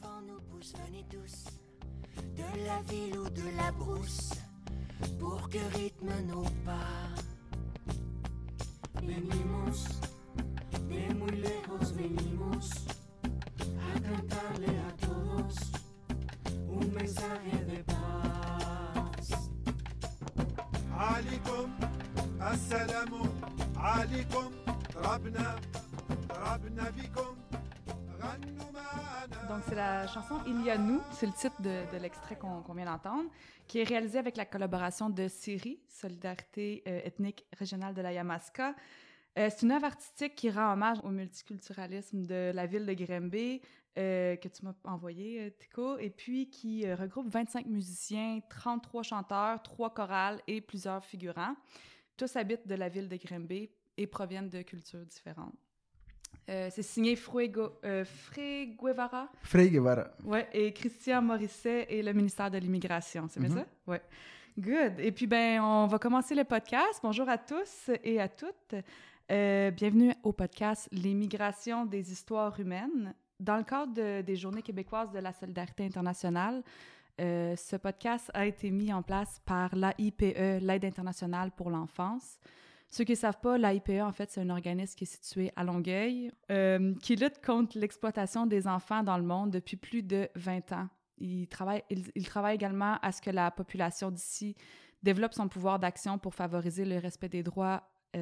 vent nous pousse, venez tous, de la ville ou de la brousse, pour que rythme nos pas. Venimos de muy lejos, venimos a cantarle a todos un mensaje de paz. عليكم السلام عليكم ربنا بكم غنوا معنا. Donc, c'est la chanson « Il y a nous », c'est le titre de l'extrait qu'on vient d'entendre, qui est réalisé avec la collaboration de SIRI, Solidarité ethnique régionale de la Yamaska. C'est une œuvre artistique qui rend hommage au multiculturalisme de la ville de Grenby, que tu m'as envoyé, Tico, et puis qui regroupe 25 musiciens, 33 chanteurs, 3 chorales et plusieurs figurants. Tous habitent de la ville de Grenby et proviennent de cultures différentes. C'est signé Frei Guevara. Frei Guevara. Ouais, et Christian Morisset et le ministère de l'Immigration. C'est bien ça? Ouais. Good. Et puis, on va commencer le podcast. Bonjour à tous et à toutes. Bienvenue au podcast « Les migrations des histoires humaines ». Dans le cadre des Journées québécoises de la solidarité internationale, ce podcast a été mis en place par l'AIPE, l'Aide internationale pour l'enfance. Ceux qui ne savent pas, l'AIPE, en fait, c'est un organisme qui est situé à Longueuil, qui lutte contre l'exploitation des enfants dans le monde depuis plus de 20 ans. Il travaille également à ce que la population d'ici développe son pouvoir d'action pour favoriser le respect des droits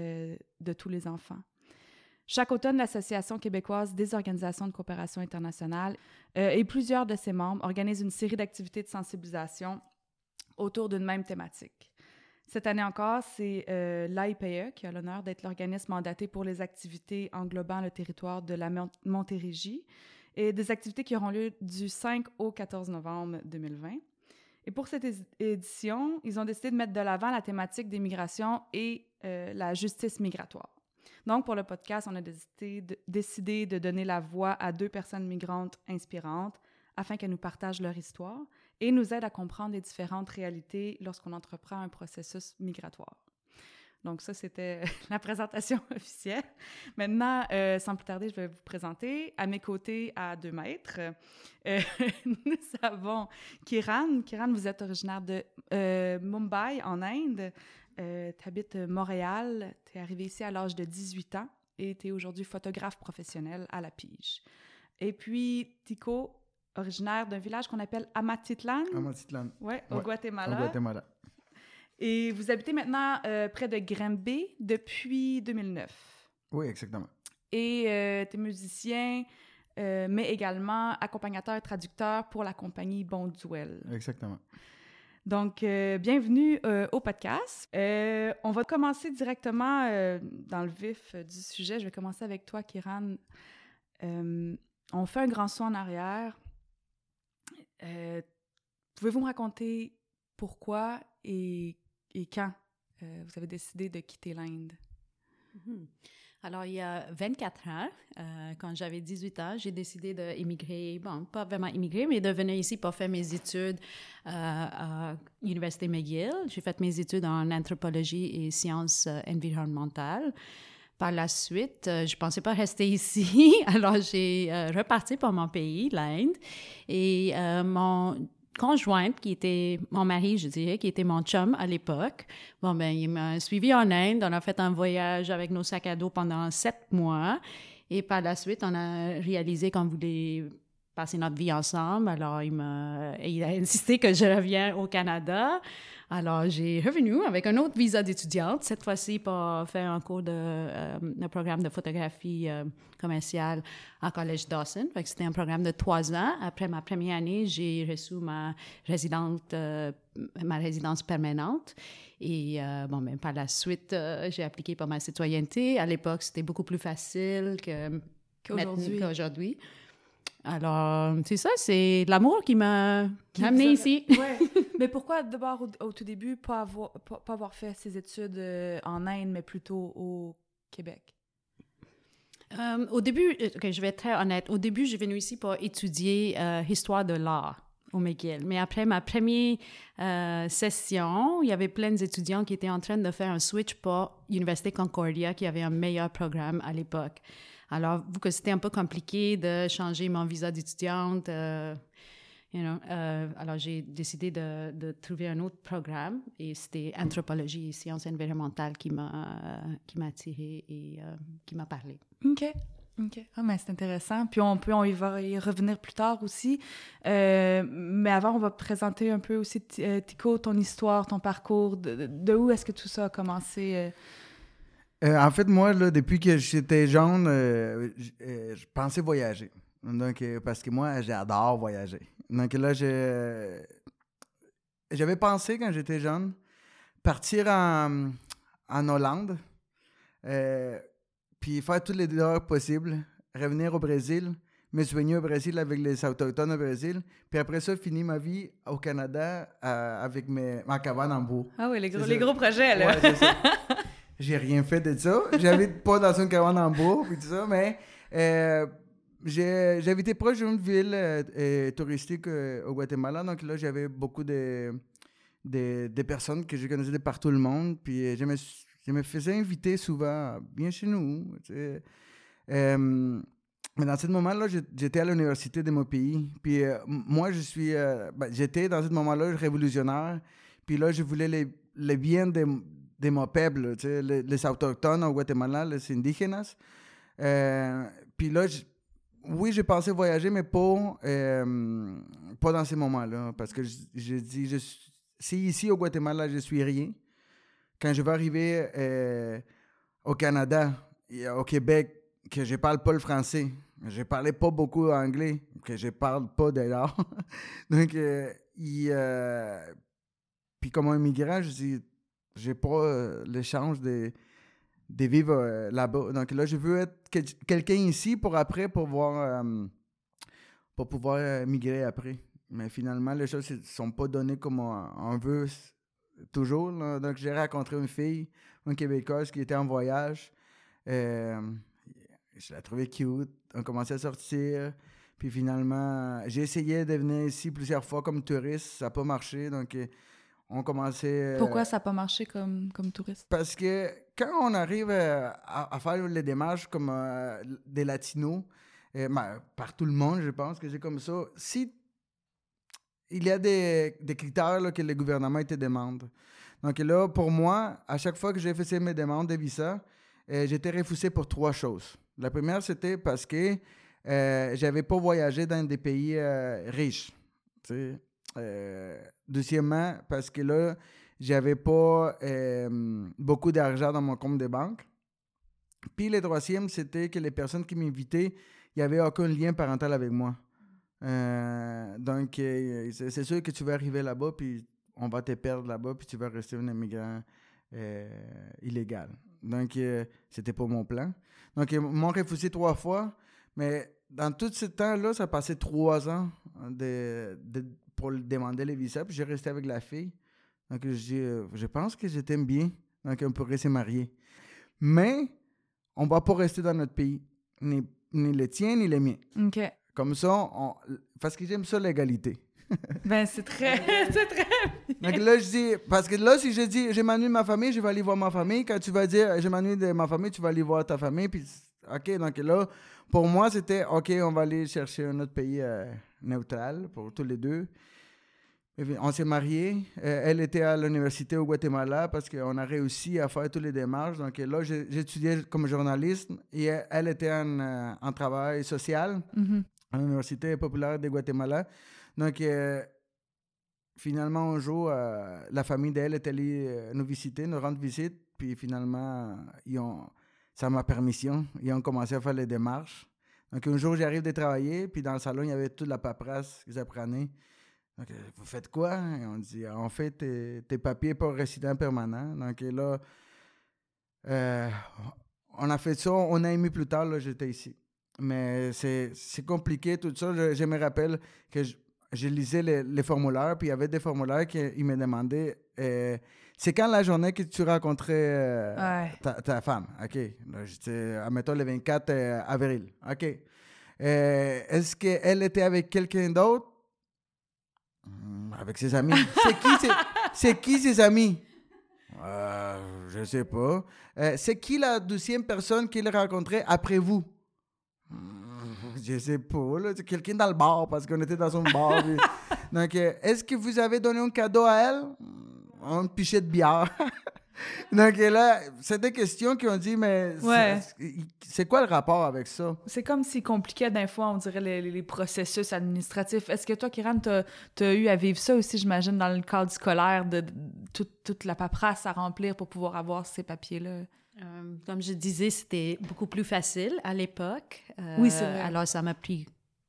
de tous les enfants. Chaque automne, l'Association québécoise des organisations de coopération internationale et plusieurs de ses membres organisent une série d'activités de sensibilisation autour d'une même thématique. Cette année encore, c'est l'AIPE qui a l'honneur d'être l'organisme mandaté pour les activités englobant le territoire de la Montérégie et des activités qui auront lieu du 5 au 14 novembre 2020. Et pour cette édition, ils ont décidé de mettre de l'avant la thématique des migrations et la justice migratoire. Donc, pour le podcast, on a décidé de donner la voix à 2 personnes migrantes inspirantes afin qu'elles nous partagent leur histoire et nous aident à comprendre les différentes réalités lorsqu'on entreprend un processus migratoire. Donc ça, c'était la présentation officielle. Maintenant, sans plus tarder, je vais vous présenter. À mes côtés, à 2 mètres, nous avons Kiran. Kiran, vous êtes originaire de Mumbai, en Inde. Tu habites Montréal. Tu es arrivé ici à l'âge de 18 ans et tu es aujourd'hui photographe professionnel à la Pige. Et puis, Tico, originaire d'un village qu'on appelle Amatitlan. Amatitlan. Oui, au Guatemala. Au Guatemala. Et vous habitez maintenant près de Granby depuis 2009. Oui, exactement. Et tu es musicien, mais également accompagnateur et traducteur pour la compagnie Bonduel. Exactement. Donc, bienvenue au podcast. On va commencer directement dans le vif du sujet. Je vais commencer avec toi, Kiran. On fait un grand saut en arrière. Pouvez-vous me raconter pourquoi et quand vous avez décidé de quitter l'Inde? Alors, il y a 24 ans, quand j'avais 18 ans, j'ai décidé d'immigrer, bon, pas vraiment immigrer, mais de venir ici pour faire mes études à l'Université McGill. J'ai fait mes études en anthropologie et sciences environnementales. Par la suite, je ne pensais pas rester ici, alors j'ai reparti pour mon pays, l'Inde, et mon conjointe, qui était mon mari, je dirais, qui était mon chum à l'époque, il m'a suivi en Inde. On a fait un voyage avec nos sacs à dos pendant 7 mois, et par la suite, on a réalisé qu'on voulait passer notre vie ensemble. Alors, il a insisté que je revienne au Canada. Alors, j'ai revenu avec un autre visa d'étudiante, cette fois-ci pour faire un cours de programme de photographie commerciale à Collège Dawson. Fait que c'était un programme de 3 ans. Après ma première année, j'ai reçu ma résidence permanente. Et par la suite, j'ai appliqué pour ma citoyenneté. À l'époque, c'était beaucoup plus facile qu'aujourd'hui. Alors, c'est ça, c'est l'amour qui m'a amenée ici. Ouais. Mais pourquoi d'abord, au tout début, pas avoir fait ses études en Inde, mais plutôt au Québec? Au début, je vais être très honnête, au début, je suis venue ici pour étudier histoire de l'art au McGill. Mais après ma première session, il y avait plein d'étudiants qui étaient en train de faire un switch pour l'Université Concordia, qui avait un meilleur programme à l'époque. Alors, vu que c'était un peu compliqué de changer mon visa d'étudiante, alors j'ai décidé de trouver un autre programme et c'était anthropologie et sciences environnementales qui m'a attirée et qui m'a parlé. OK. Ah, mais c'est intéressant. Puis on va y revenir plus tard aussi. Mais avant, on va présenter un peu aussi, Tico, ton histoire, ton parcours. De où est-ce que tout ça a commencé? En fait, moi, là, depuis que j'étais jeune, je pensais voyager. Donc, parce que moi, j'adore voyager. Donc là, j'avais pensé, quand j'étais jeune, partir en Hollande, puis faire tous les drogues possibles, revenir au Brésil, me soigner au Brésil avec les Autochtones au Brésil, puis après ça, finir ma vie au Canada avec ma cabane en bois. Ah oui, les gros projets, là. Ouais, c'est ça. J'ai rien fait de ça. J'habite pas dans une cabane en bois, puis tout ça, mais j'habitais proche d'une ville touristique au Guatemala, donc là, j'avais beaucoup de personnes que je connaissais de partout le monde, puis je me faisais inviter souvent, bien chez nous, tu sais. Mais dans ce moment-là, j'étais à l'université de mon pays, puis moi, j'étais dans ce moment-là révolutionnaire, puis là, je voulais le bien de mon peuple, tu sais, les Autochtones au Guatemala, les indígenas. Puis là, oui, j'ai pensé voyager, mais pas dans ces moments-là, parce que je dis, si ici au Guatemala, je suis rien, quand je vais arriver au Canada et au Québec, que je parle pas le français, je parlais pas beaucoup anglais, que je parle pas d'ailleurs. Donc, puis comme immigrant, je dis, j'ai pas l'échange de vivre là-bas. Donc là, je veux être quelqu'un ici pour pouvoir migrer après. Mais finalement, les choses ne sont pas données comme on veut toujours. Là. Donc, j'ai rencontré une fille, une Québécoise qui était en voyage. Je la trouvais cute. On commençait à sortir. Puis finalement, j'ai essayé de venir ici plusieurs fois comme touriste. Ça n'a pas marché. Donc, on commençait... Pourquoi ça n'a pas marché comme touriste? Parce que quand on arrive à faire les démarches comme des Latinos, par tout le monde, je pense que c'est comme ça. Si il y a des critères là, que le gouvernement te demande. Donc là, pour moi, à chaque fois que j'ai fait mes demandes de visa, j'étais refusé pour 3 choses. La première, c'était parce que j'avais pas voyagé dans des pays riches. Tu sais. Deuxièmement, parce que là, j'avais pas beaucoup d'argent dans mon compte de banque. Puis le troisième, c'était que les personnes qui m'invitaient, il n'y avait aucun lien parental avec moi. Donc, c'est sûr que tu vas arriver là-bas, puis on va te perdre là-bas, puis tu vas rester un immigrant illégal. Donc, c'était pas mon plan. Donc, ils m'ont refusé 3 fois, mais dans tout ce temps-là, ça passait 3 ans pour demander les visas, puis j'ai resté avec la fille. Donc, je pense que je t'aime bien, donc on pourrait se marier. Mais, on ne va pas rester dans notre pays, ni le tien, ni le mien. OK. Comme ça, parce que j'aime ça, l'égalité. Ben, c'est très Donc là, je dis, parce que là, si je dis, je m'ennuie de ma famille, je vais aller voir ma famille. Quand tu vas dire, je m'ennuie de ma famille, tu vas aller voir ta famille. Puis, OK, donc là, pour moi, c'était, OK, on va aller chercher un autre pays neutral pour tous les deux. Et puis, on s'est mariés. Elle était à l'université au Guatemala parce qu'on a réussi à faire toutes les démarches. Donc là, j'étudiais comme journaliste et elle était en travail social à l'Université populaire de Guatemala. Donc, finalement, un jour, la famille d'elle est allée nous visiter, nous rendre visite. Puis finalement, sans ma permission, ils ont commencé à faire les démarches. Donc, un jour, j'arrive de travailler, puis dans le salon, il y avait toute la paperasse qu'ils apprenaient. Donc, vous faites quoi? Et on dit, on fait tes papiers pour résident permanent. Donc, là, on a fait ça. On a aimé plus tard, là, j'étais ici. Mais c'est compliqué, tout ça. Je me rappelle que je lisais les formulaires, puis il y avait des formulaires qui me demandaient c'est quand la journée que tu rencontrais ta femme? OK. Là, j'étais, admettons, le 24 avril. OK. Est-ce qu'elle était avec quelqu'un d'autre? Avec ses amis. C'est qui ses amis? Je sais pas. C'est qui la 12e personne qu'il a rencontrée après vous? Je sais pas, là. C'est quelqu'un dans le bar, parce qu'on était dans un bar. Puis... Donc, est-ce que vous avez donné un cadeau à elle? Un pichet de bière. Donc là, c'est des questions qui ont dit, mais c'est quoi le rapport avec ça? C'est comme s'ils compliquaient d'un fois, on dirait, les processus administratifs. Est-ce que toi, Kiran, t'as eu à vivre ça aussi, j'imagine, dans le cadre scolaire, de toute la paperasse à remplir pour pouvoir avoir ces papiers-là? Comme je disais, c'était beaucoup plus facile à l'époque. Oui, c'est vrai. Alors, ça m'a pris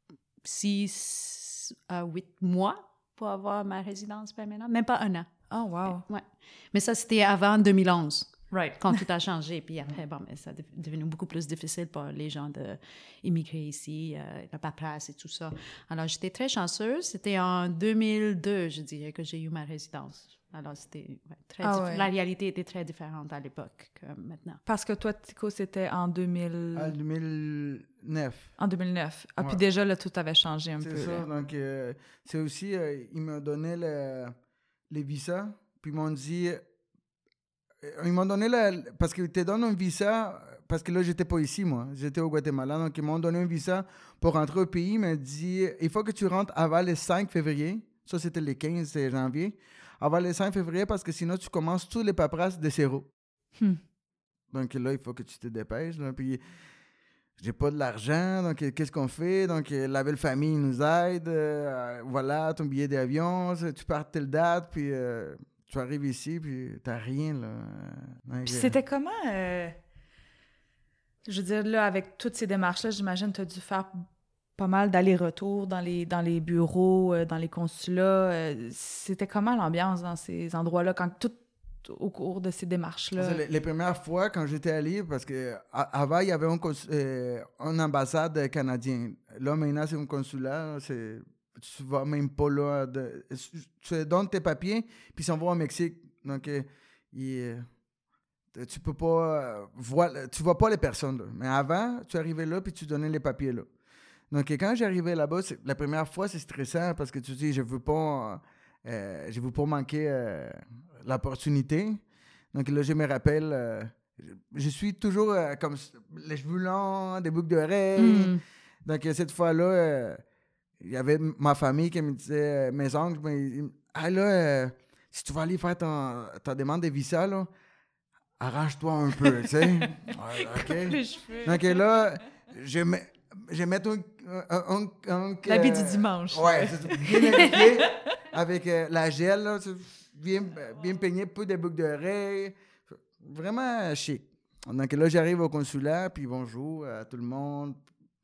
6 à 8 mois pour avoir ma résidence permanente. Même pas un an. Oh, wow. Ouais. Mais ça, c'était avant 2011, Right. quand tout a changé. Puis après, bon, mais ça est devenu beaucoup plus difficile pour les gens d'immigrer ici, la paperasse et tout ça. Alors, j'étais très chanceuse. C'était en 2002, je dirais, que j'ai eu ma résidence. Alors, c'était très La réalité était très différente à l'époque que maintenant. Parce que toi, Tico, c'était en 2000... En 2009. En 2009. Ah, Ouais. puis déjà, là, tout avait changé un peu. C'est ça. Là. Donc, c'est aussi, ils m'ont donné les visas, puis ils m'ont dit... Ils m'ont donné parce qu'ils te donnent un visa, parce que là, j'étais pas ici, moi. J'étais au Guatemala. Donc, ils m'ont donné un visa pour rentrer au pays. Ils m'ont dit, il faut que tu rentres avant le 5 février. Ça, c'était le 15 janvier. Avant le 5 février, parce que sinon, tu commences tous les paperasses de zéro. Donc là, il faut que tu te dépêches. Là. Puis, j'ai pas de l'argent. Donc, qu'est-ce qu'on fait? Donc, la belle famille nous aide. Voilà, ton billet d'avion. Tu pars telle date. Puis... tu arrives ici, puis t'as rien, là. Puis c'était comment... Je veux dire, là, avec toutes ces démarches-là, j'imagine que tu as dû faire pas mal d'allers-retours dans les bureaux, dans les consulats. C'était comment l'ambiance dans ces endroits-là, quand tout au cours de ces démarches-là? Les premières fois, quand j'étais allé, parce qu'avant, il y avait une ambassade canadienne. Là, maintenant, c'est un consulat, tu vas même pas là. Tu donnes tes papiers, puis ils s'en vont au Mexique. Donc, tu peux pas tu vois pas les personnes. Là. Mais avant, tu arrivais là, puis tu donnais les papiers là. Donc, quand j'arrivais là-bas, la première fois, c'est stressant parce que tu dis, je veux pas manquer l'opportunité. Donc, là, je me rappelle, je suis toujours comme les cheveux longs, des boucles d'oreilles. Donc, cette fois-là, il y avait ma famille qui me disait, mes oncles, si tu vas aller faire ta demande de visa, là, arrange-toi un peu, tu sais. OK. Donc là, je mets l'habit du dimanche. Ouais, c'est bien habillé, avec la gel, là, bien peigné, peu de boucles d'oreilles. Vraiment chic. Donc là, j'arrive au consulat, puis bonjour à tout le monde.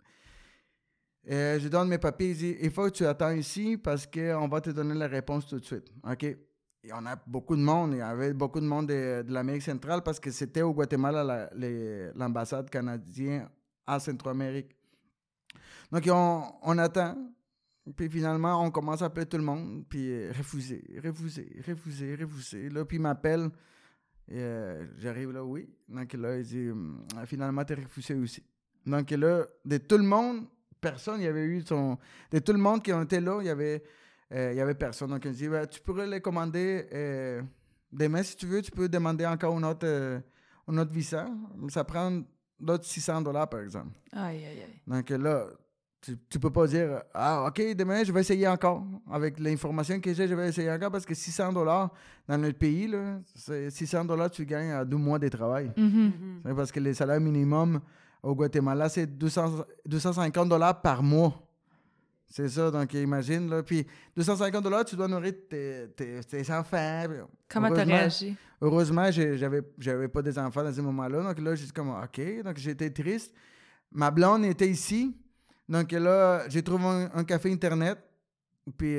Je donne mes papiers, il dit, il faut que tu attends ici parce qu'on va te donner la réponse tout de suite. OK? Et on a beaucoup de monde. Il y avait beaucoup de monde de l'Amérique centrale parce que c'était au Guatemala l'ambassade canadienne à Centro-Amérique. Donc, on attend. Puis finalement, on commence à appeler tout le monde. Puis refusé. Là, puis il m'appelle. J'arrive là, oui. Donc là, il dit, finalement, tu es refusé aussi. Donc là, de tout le monde, personne, il y avait eu de tout le monde qui était là, il y avait personne. Donc, il dit, tu pourrais les commander demain si tu veux, tu peux demander encore un autre visa. Ça prend d'autres $600, par exemple. Aïe. Donc là, tu peux pas dire, OK, demain, je vais essayer encore. Avec l'information que j'ai, je vais essayer encore parce que $600 dans notre pays, là, c'est $600 tu gagnes à 2 mois de travail. C'est parce que le salaire minimum au Guatemala, c'est $250 par mois. C'est ça, donc imagine, là. Puis $250, tu dois nourrir tes enfants. Comment tu as réagi? Heureusement, j'avais pas des enfants dans ce moment-là. Donc là, j'ai dit comme, OK. Donc j'étais triste. Ma blonde était ici. Donc là, j'ai trouvé un café Internet. Puis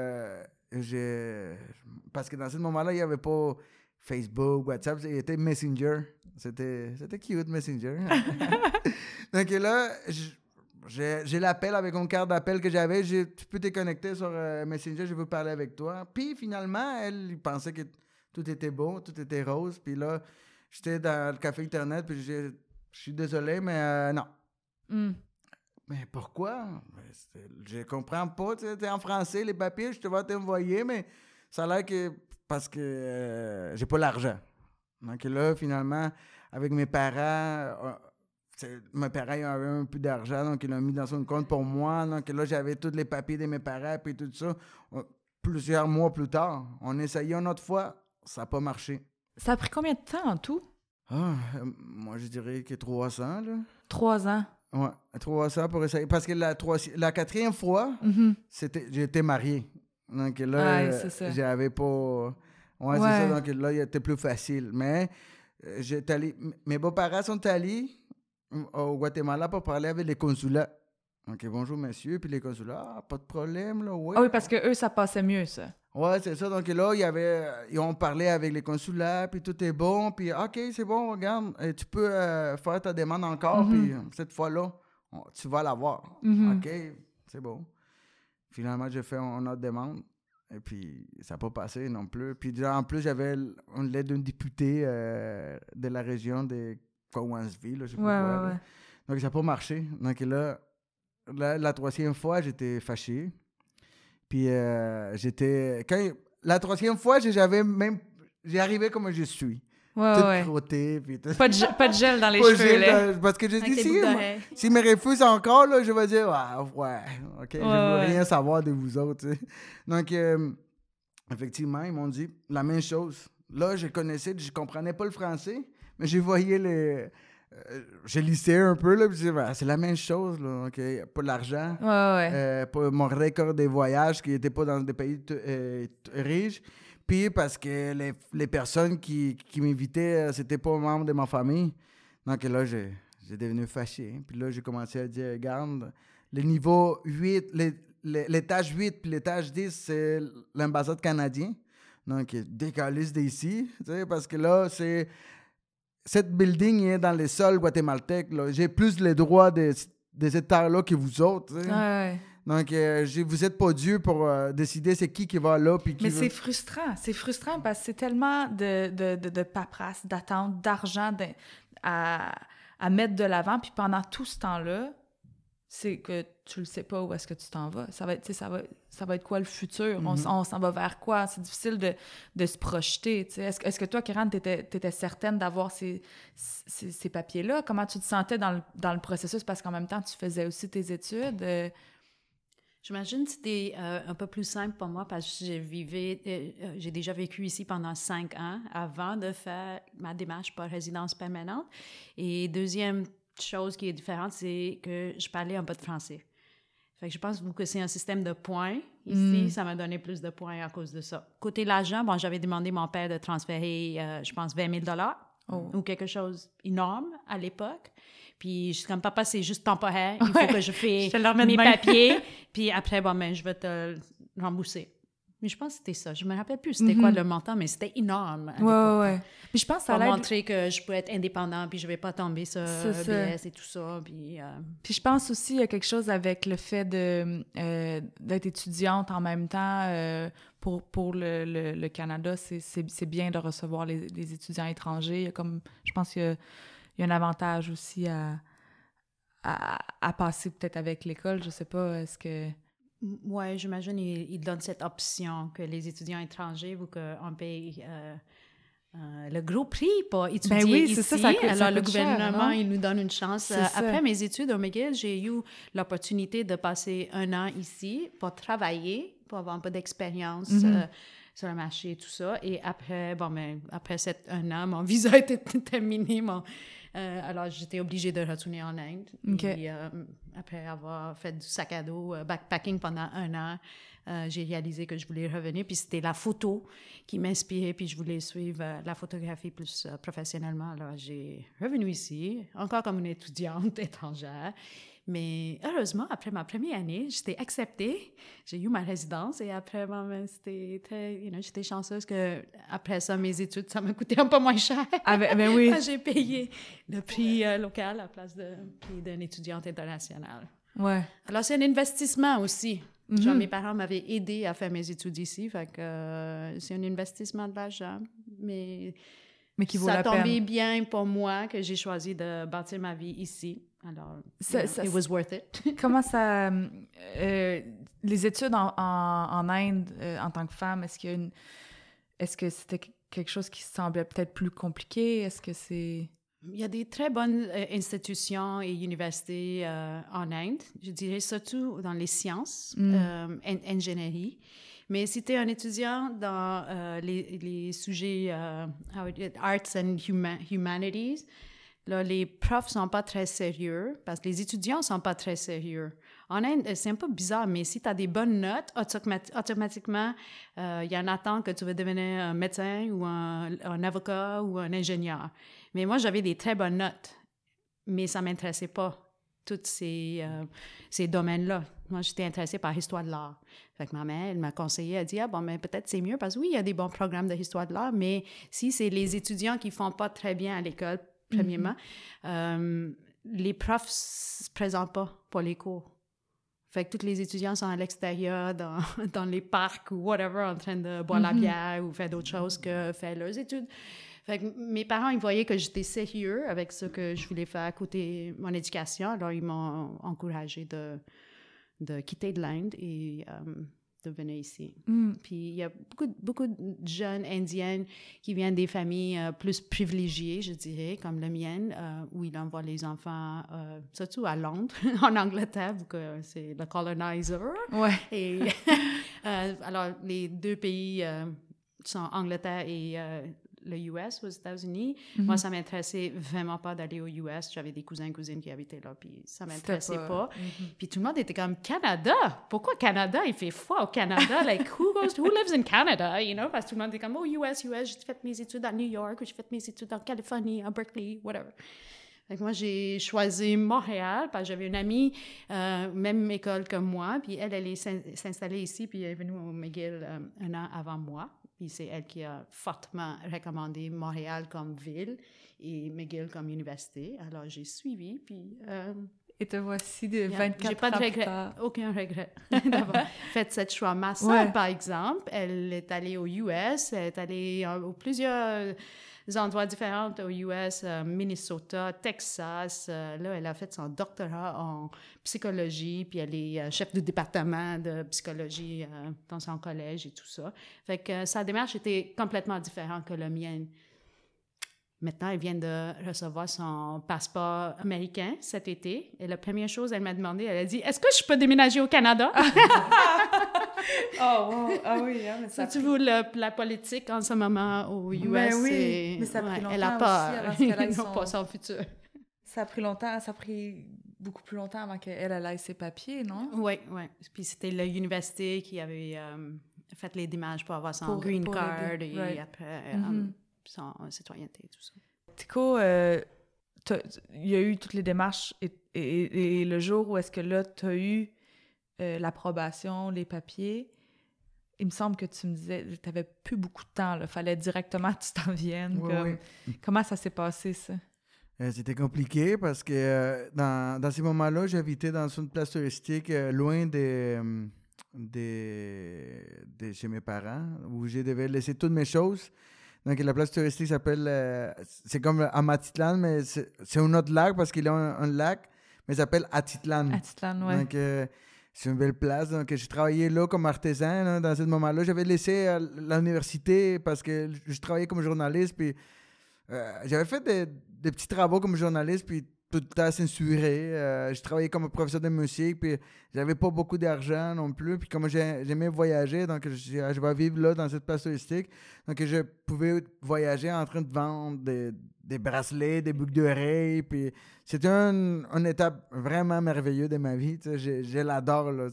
parce que dans ce moment-là, il n'y avait pas Facebook, WhatsApp, c'était Messenger. C'était cute, Messenger. Donc là, j'ai l'appel avec une carte d'appel que j'avais. Tu peux te connecter sur Messenger, je veux parler avec toi. Puis finalement, elle pensait que tout était beau, tout était rose. Puis là, j'étais dans le café Internet, puis je suis désolé, mais non. Mais pourquoi? Je comprends pas. Tu sais, en français, les papiers, je te vais t'envoyer, mais ça a l'air que... Parce que j'ai pas l'argent. Donc là, finalement, avec mes parents, mes parents avaient un peu d'argent, donc ils l'ont mis dans son compte pour moi. Donc là, j'avais tous les papiers de mes parents, puis tout ça. Plusieurs mois plus tard, on essayait une autre fois, ça n'a pas marché. Ça a pris combien de temps en tout? Moi, je dirais que 300, là. 3 ans. Ouais, 300 pour essayer. Parce que la quatrième fois, j'étais marié. Donc là, c'est ça. j'avais pas... Ouais, c'est ça. Donc là, il était plus facile. Mais j'étais allé... Mes beaux-parents sont allés au Guatemala pour parler avec les consulats. OK, bonjour, monsieur. Puis les consulats, pas de problème, là, ouais. Ah oui, parce que eux, ça passait mieux, ça. Ouais, c'est ça. Donc là, ils ont parlé avec les consulats, puis tout est bon. Puis OK, c'est bon, regarde, tu peux faire ta demande encore. Puis cette fois-là, tu vas l'avoir. OK, c'est bon. Finalement, j'ai fait une autre demande. Et puis, ça n'a pas passé non plus. Puis en plus, j'avais une lettre d'un député de la région de Cowansville, je sais pas quoi. Ouais. Donc, ça n'a pas marché. Donc là, la troisième fois, j'étais fâché. Puis la troisième fois, j'ai arrivé comme je suis. Tout crotté. Puis tout. Pas de gel dans les cheveux, là. Parce que j'ai dit, s'ils me refusent encore, là, je vais dire, OK, je veux rien savoir de vous autres. Tu sais. Donc, effectivement, ils m'ont dit la même chose. Là, je comprenais pas le français, mais je voyais je lisais un peu, là, puis je disais, c'est la même chose, là, OK? Pas l'argent, pas mon record des voyages qui n'étaient pas dans des pays riches, puis parce que les personnes qui m'invitaient, c'était pas membres de ma famille. Donc là, j'ai devenu fâché. Puis là, j'ai commencé à dire, regarde, le niveau 8, l'étage 8 puis l'étage 10, c'est l'ambassade canadienne. Donc, décalisse d'ici, tu sais, parce que là, cette building est dans les sols guatémaltèques. Là. J'ai plus les droits des hectares-là que vous autres. Donc, vous n'êtes pas dû pour décider c'est qui va là. Mais c'est frustrant. C'est frustrant parce que c'est tellement de paperasse, d'attente, d'argent à mettre de l'avant. Puis pendant tout ce temps-là, c'est que tu le sais pas où est-ce que tu t'en vas. Ça va être quoi le futur? On s'en va vers quoi? C'est difficile de se projeter. T'sais. Est-ce que toi, Karen, t'étais certaine d'avoir ces papiers-là? Comment tu te sentais dans le processus? Parce qu'en même temps, tu faisais aussi tes études. J'imagine que c'était un peu plus simple pour moi parce que j'ai déjà vécu ici pendant 5 ans avant de faire ma démarche pour résidence permanente. Et deuxième chose qui est différente, c'est que je parlais un peu de français. Fait que je pense que c'est un système de points. Ici, ça m'a donné plus de points à cause de ça. Côté l'argent, j'avais demandé à mon père de transférer, je pense, 20 000 ou quelque chose énorme à l'époque. Puis je suis comme, papa, c'est juste temporaire. Il faut que je fasse mes papiers. Puis après, je vais te rembourser. Mais je pense que c'était ça. Je me rappelle plus c'était quoi le montant, mais c'était énorme. Ouais. Puis je pense que ça pour montrer que je peux être indépendant, puis je vais pas tomber sur EBS et tout ça. Puis je pense aussi qu'il y a quelque chose avec le fait d'être étudiante en même temps. Pour le Canada, c'est bien de recevoir les étudiants étrangers. Je pense qu'il y a un avantage aussi à passer peut-être avec l'école. Je sais pas, est-ce que... Oui, j'imagine qu'il donne cette option que les étudiants étrangers, vu qu'on paye le gros prix pour étudier ici. Ça coûte, alors, le cher, gouvernement, non? il nous donne une chance. Après mes études au McGill, j'ai eu l'opportunité de passer 1 an ici pour travailler, pour avoir un peu d'expérience sur le marché et tout ça. Et après, après 1 an, mon visa était terminé. Alors, j'étais obligée de retourner en Inde. Okay. Et, après avoir fait du sac à dos, backpacking pendant 1 an, j'ai réalisé que je voulais revenir. Puis c'était la photo qui m'inspirait, puis je voulais suivre la photographie plus professionnellement. Alors, j'ai revenu ici, encore comme une étudiante étrangère. Mais heureusement, après ma première année, j'étais acceptée. J'ai eu ma résidence et après, c'était très... j'étais chanceuse qu'après ça, mes études, ça m'a coûté un peu moins cher. Oui. J'ai payé le prix local à la place du prix d'une étudiante internationale. Ouais. Alors, c'est un investissement aussi. Genre, mes parents m'avaient aidé à faire mes études ici, fait que c'est un investissement de l'argent, mais qui vaut la peine. Ça tombait bien pour moi que j'ai choisi de bâtir ma vie ici. Alors, it was worth it. Comment ça... les études en Inde, en tant que femme, est-ce que c'était quelque chose qui semblait peut-être plus compliqué? Est-ce que c'est... Il y a des très bonnes institutions et universités en Inde, je dirais surtout dans les sciences, ingénierie. Mais si tu es un étudiant dans les sujets arts and humanities, là, les profs sont pas très sérieux parce que les étudiants sont pas très sérieux. En Inde, c'est un peu bizarre, mais si tu as des bonnes notes, automatiquement, il y a une attente que tu vas devenir un médecin ou un avocat ou un ingénieur. Mais moi, j'avais des très bonnes notes, mais ça ne m'intéressait pas, tous ces domaines-là. Moi, j'étais intéressée par l'histoire de l'art. Fait que ma mère, elle m'a conseillé, elle dit « Ah bon, mais peut-être c'est mieux parce que oui, il y a des bons programmes de l'histoire de l'art, mais si c'est les étudiants qui ne font pas très bien à l'école, premièrement, les profs ne se présentent pas pour les cours. Fait que tous les étudiants sont à l'extérieur, dans les parcs ou whatever, en train de boire la bière ou faire d'autres choses que faire leurs études. Fait que mes parents, ils voyaient que j'étais sérieux avec ce que je voulais faire à côté mon éducation. Alors, ils m'ont encouragée de quitter de l'Inde et de venir ici. Puis, il y a beaucoup de jeunes Indiennes qui viennent des familles plus privilégiées, je dirais, comme la mienne, où ils envoient les enfants, surtout à Londres, en Angleterre, vu que c'est le colonizer. Ouais. Et alors, les deux pays sont Angleterre et le US, aux États-Unis. Moi, ça m'intéressait vraiment pas d'aller aux US. J'avais des cousins et cousines qui habitaient là, puis ça m'intéressait pas. Puis tout le monde était comme, Canada? Pourquoi Canada? Il fait froid au Canada. Like, who lives in Canada? You know? Parce que tout le monde était comme, oh, US. J'ai fait mes études à New York, ou j'ai fait mes études en Californie, à Berkeley, whatever. Donc moi, j'ai choisi Montréal parce que j'avais une amie, même école que moi, puis elle est s'installer ici, puis elle est venue au McGill un an avant moi. Puis c'est elle qui a fortement recommandé Montréal comme ville et McGill comme université. Alors j'ai suivi, puis... Et te voici de 24 j'ai pas de regret, aucun regret d'avoir fait cette choix. Ma sœur, par exemple, elle est allée aux US, elle est allée aux plusieurs endroits différents aux US, Minnesota, Texas. Là, elle a fait son doctorat en psychologie, puis elle est chef du département de psychologie dans son collège et tout ça. Fait que sa démarche était complètement différente que la mienne. Maintenant, elle vient de recevoir son passeport américain cet été. Et la première chose, elle m'a demandé, elle a dit, « Est-ce que je peux déménager au Canada? » Oh, wow. Ah oui, hein, mais ça tu vois la politique en ce moment aux US, mais oui, mais ça a pris longtemps elle a peur. aussi avant qu'elle aille Ils n'ont pas son futur. Ça a pris longtemps, ça a pris beaucoup plus longtemps avant qu'elle aille ses papiers, non? Oui. Puis c'était l'université qui avait fait les démarches pour avoir son green card et après son citoyenneté et tout ça. Tico, il y a eu toutes les démarches et le jour où est-ce que là, tu as eu l'approbation, les papiers, il me semble que tu me disais que tu n'avais plus beaucoup de temps. Il fallait directement que tu t'en viennes. Oui. Comment ça s'est passé, ça? C'était compliqué parce que dans ces moments-là, j'habitais dans une place touristique loin de chez mes parents, où je devais laisser toutes mes choses. Donc, la place touristique s'appelle... c'est comme Amatitlán, mais c'est un autre lac parce qu'il y a un lac, mais il s'appelle Atitlán. Atitlán, oui. Donc, c'est une belle place. Donc, j'ai travaillé là comme artisan là, dans ce moment-là. J'avais laissé l'université parce que je travaillais comme journaliste, puis j'avais fait des petits travaux comme journaliste, puis tout le temps censuré. Je travaillais comme professeur de musique, puis j'avais pas beaucoup d'argent non plus. Puis comme j'aimais voyager, donc je vais vivre là dans cette place touristique. Donc je pouvais voyager en train de vendre des bracelets, des boucles d'oreilles. Puis c'était une étape vraiment merveilleuse de ma vie. Je l'adore. Là,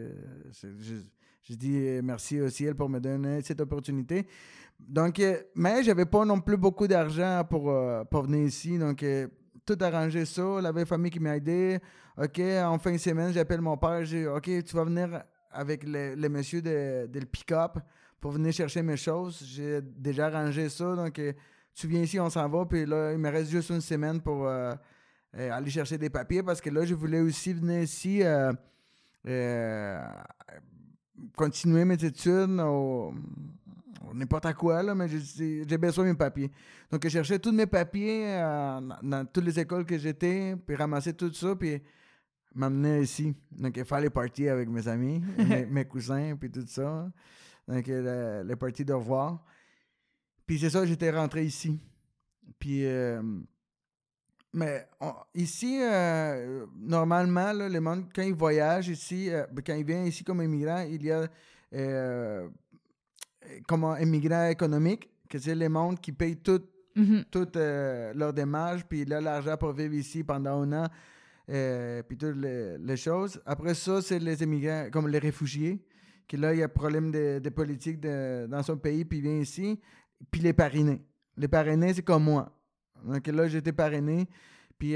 je dis merci au ciel pour me donner cette opportunité. Donc, mais j'avais pas non plus beaucoup d'argent pour venir ici. Donc, tout arrangé ça, la belle famille qui m'a aidé. OK, en fin de semaine, j'appelle mon père, j'ai dit, OK, tu vas venir avec le monsieur de le pick-up pour venir chercher mes choses. J'ai déjà arrangé ça, donc tu viens ici, on s'en va, puis là, il me reste juste une semaine pour aller chercher des papiers, parce que là, je voulais aussi venir ici continuer mes études n'importe quoi, là, mais j'ai besoin de mes papiers. Donc, je cherchais tous mes papiers dans toutes les écoles que j'étais, puis ramasser tout ça, puis m'amener ici. Donc, il fallait partir avec mes amis, mes cousins, puis tout ça. Donc, les parties de revoir. Puis c'est ça, j'étais rentré ici. Puis Mais ici, normalement, là, le monde, quand ils voyagent ici, quand ils viennent ici comme immigrants, il y a comme un immigrant économique, que c'est les mondes qui payent toutes leurs démarches, puis il a l'argent pour vivre ici pendant un an, puis toutes les choses. Après ça, c'est les immigrants, comme les réfugiés, que là, il y a problème de politique dans son pays, puis il vient ici, puis les parrainés. Les parrainés, c'est comme moi. Donc là, j'étais parrainé, puis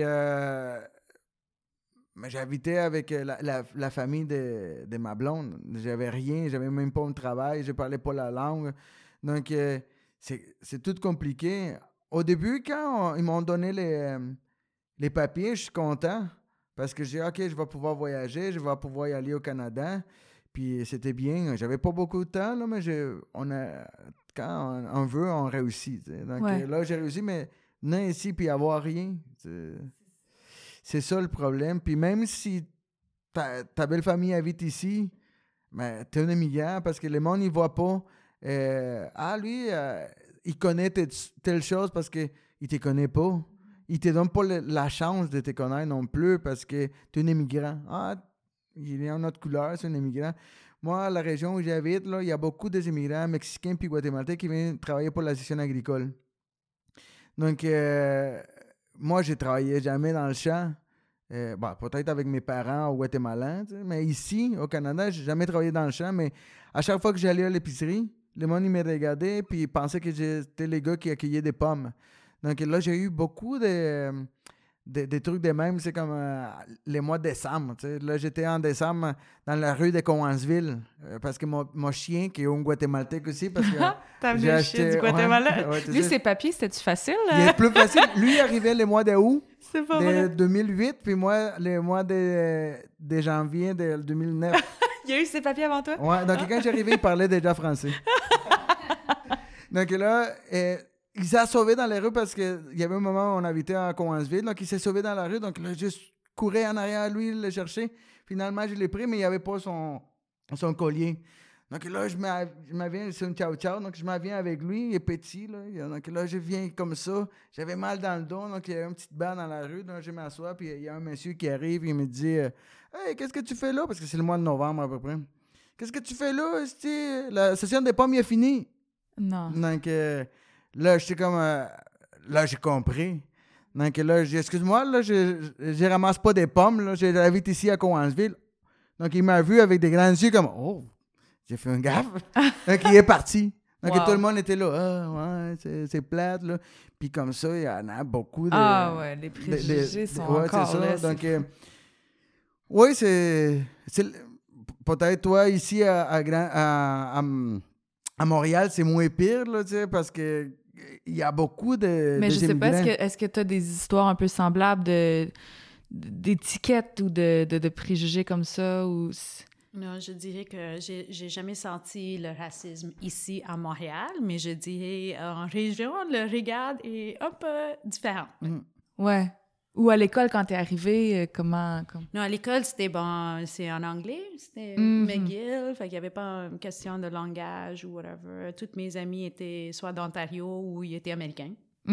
j'habitais avec la famille de ma blonde. J'avais rien, j'avais même pas un travail, je parlais pas la langue. Donc, c'est tout compliqué. Au début, quand ils m'ont donné les papiers, je suis content, parce que j'ai dit, OK, je vais pouvoir voyager, je vais pouvoir y aller au Canada. Puis c'était bien. J'avais pas beaucoup de temps, là, mais quand on veut, on réussit. T'sais. Donc là, j'ai réussi, mais venir ici puis avoir rien, c'est ça le problème. Puis même si ta belle famille habite ici, mais t'es un immigrant parce que le monde, il voit pas. Lui, il connaît telle chose parce qu'il te connaît pas. Il te donne pas la chance de te connaître non plus parce que t'es un immigrant. Il est en autre couleur, c'est un immigrant. Moi, la région où j'habite, là, il y a beaucoup d'immigrants mexicains puis guatémaltais qui viennent travailler pour la section agricole. Donc, moi, j'ai travaillé jamais dans le champ. Peut-être avec mes parents au Guatémalans, mais ici, au Canada, j'ai jamais travaillé dans le champ, mais à chaque fois que j'allais à l'épicerie, le monde, il me regardait puis il pensait que j'étais les gars qui accueillaient des pommes. Donc là, j'ai eu beaucoup des trucs de même, c'est comme les mois de décembre. T'sais. Là, j'étais en décembre dans la rue de Cowansville parce que mon chien, qui est un Guatémaltèque aussi, parce que t'as amené le chien du Guatemala. Lui, ses papiers, c'était-tu facile? Il est plus facile. Lui, il arrivait le mois d'août de 2008, puis moi, le mois de janvier de 2009. Il a eu ses papiers avant toi? Ouais, donc quand j'arrivais, il parlait déjà français. Donc là... il s'est sauvé dans les rues parce qu'il y avait un moment où on habitait à Cowansville, donc il s'est sauvé dans la rue, donc là, je courais en arrière à lui, le chercher. Finalement, je l'ai pris, mais il n'y avait pas son collier. Donc là, je m'aviens, c'est un chow-chow, donc je m'aviens avec lui, il est petit, là. Donc là, je viens comme ça, j'avais mal dans le dos, donc il y avait une petite barre dans la rue, donc je m'assois, puis il y a un monsieur qui arrive, il me dit « Hey, qu'est-ce que tu fais là? » Parce que c'est le mois de novembre à peu près. « Qu'est-ce que tu fais là? La session des pommes est finie. » Non. Donc... là, j'étais comme... là, j'ai compris. Donc là, j'ai dit, excuse-moi, là, je ramasse pas des pommes, là, j'habite ici à Cowansville. Donc, il m'a vu avec des grands yeux comme, oh, j'ai fait un gaffe. Donc, il est parti. Donc, tout le monde était là, c'est plate, là. Puis comme ça, il y en a beaucoup de... les préjugés sont encore c'est là. Ça. Donc, oui, c'est... Peut-être toi, ici, à Montréal, c'est moins pire, là, tu sais, parce que il y a beaucoup de... Mais je sais pas, est-ce que tu as des histoires un peu semblables d'étiquettes ou de préjugés comme ça? Ou... Non, je dirais que j'ai jamais senti le racisme ici à Montréal, mais je dirais en région, le regard est un peu différent. Ouais. Ou à l'école, quand t'es arrivé, comment... Non, à l'école, c'est en anglais, c'était McGill, fait qu'il n'y avait pas une question de langage ou whatever. Toutes mes amies étaient soit d'Ontario ou ils étaient américains.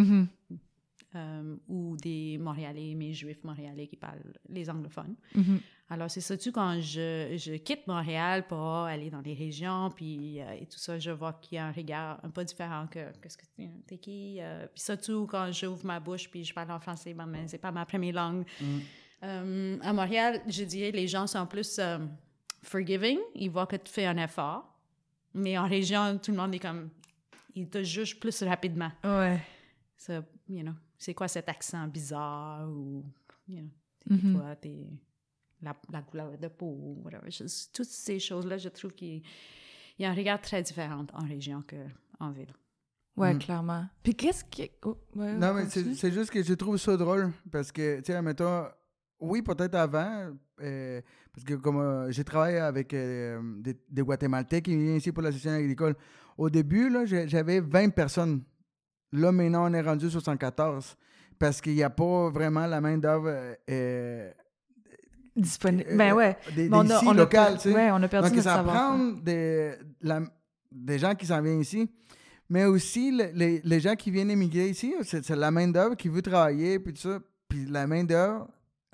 Ou des Montréalais, mes Juifs montréalais qui parlent les anglophones. Alors, c'est ça, quand je quitte Montréal pour aller dans les régions, puis et tout ça, je vois qu'il y a un regard un peu différent que qu'est-ce que t'es qui? Puis surtout, quand j'ouvre ma bouche, puis je parle en français, mais c'est pas ma première langue. À Montréal, je dirais, les gens sont plus forgiving. Ils voient que tu fais un effort. Mais en région, tout le monde est comme... Ils te jugent plus rapidement. Ouais. So, c'est quoi cet accent bizarre ou, des fois, la couleur de peau ou whatever. Toutes ces choses-là, je trouve qu'il y a un regard très différent en région qu'en ville. Ouais, clairement. Puis qu'est-ce qui... non, mais c'est juste que je trouve ça drôle parce que, tu sais, admettons, oui, peut-être avant, parce que comme j'ai travaillé avec des Guatémaltais qui viennent ici pour la section agricole. Au début, là, j'avais 20 personnes. Là, maintenant, on est rendu 74 parce qu'il n'y a pas vraiment la main-d'œuvre disponible. Ben ouais. Des locales, tu sais. Ouais, on a perdu donc, notre ça savoir. prend des gens qui s'en viennent ici, mais aussi les gens qui viennent émigrer ici, c'est la main-d'œuvre qui veut travailler, puis tout ça. Puis la main-d'œuvre,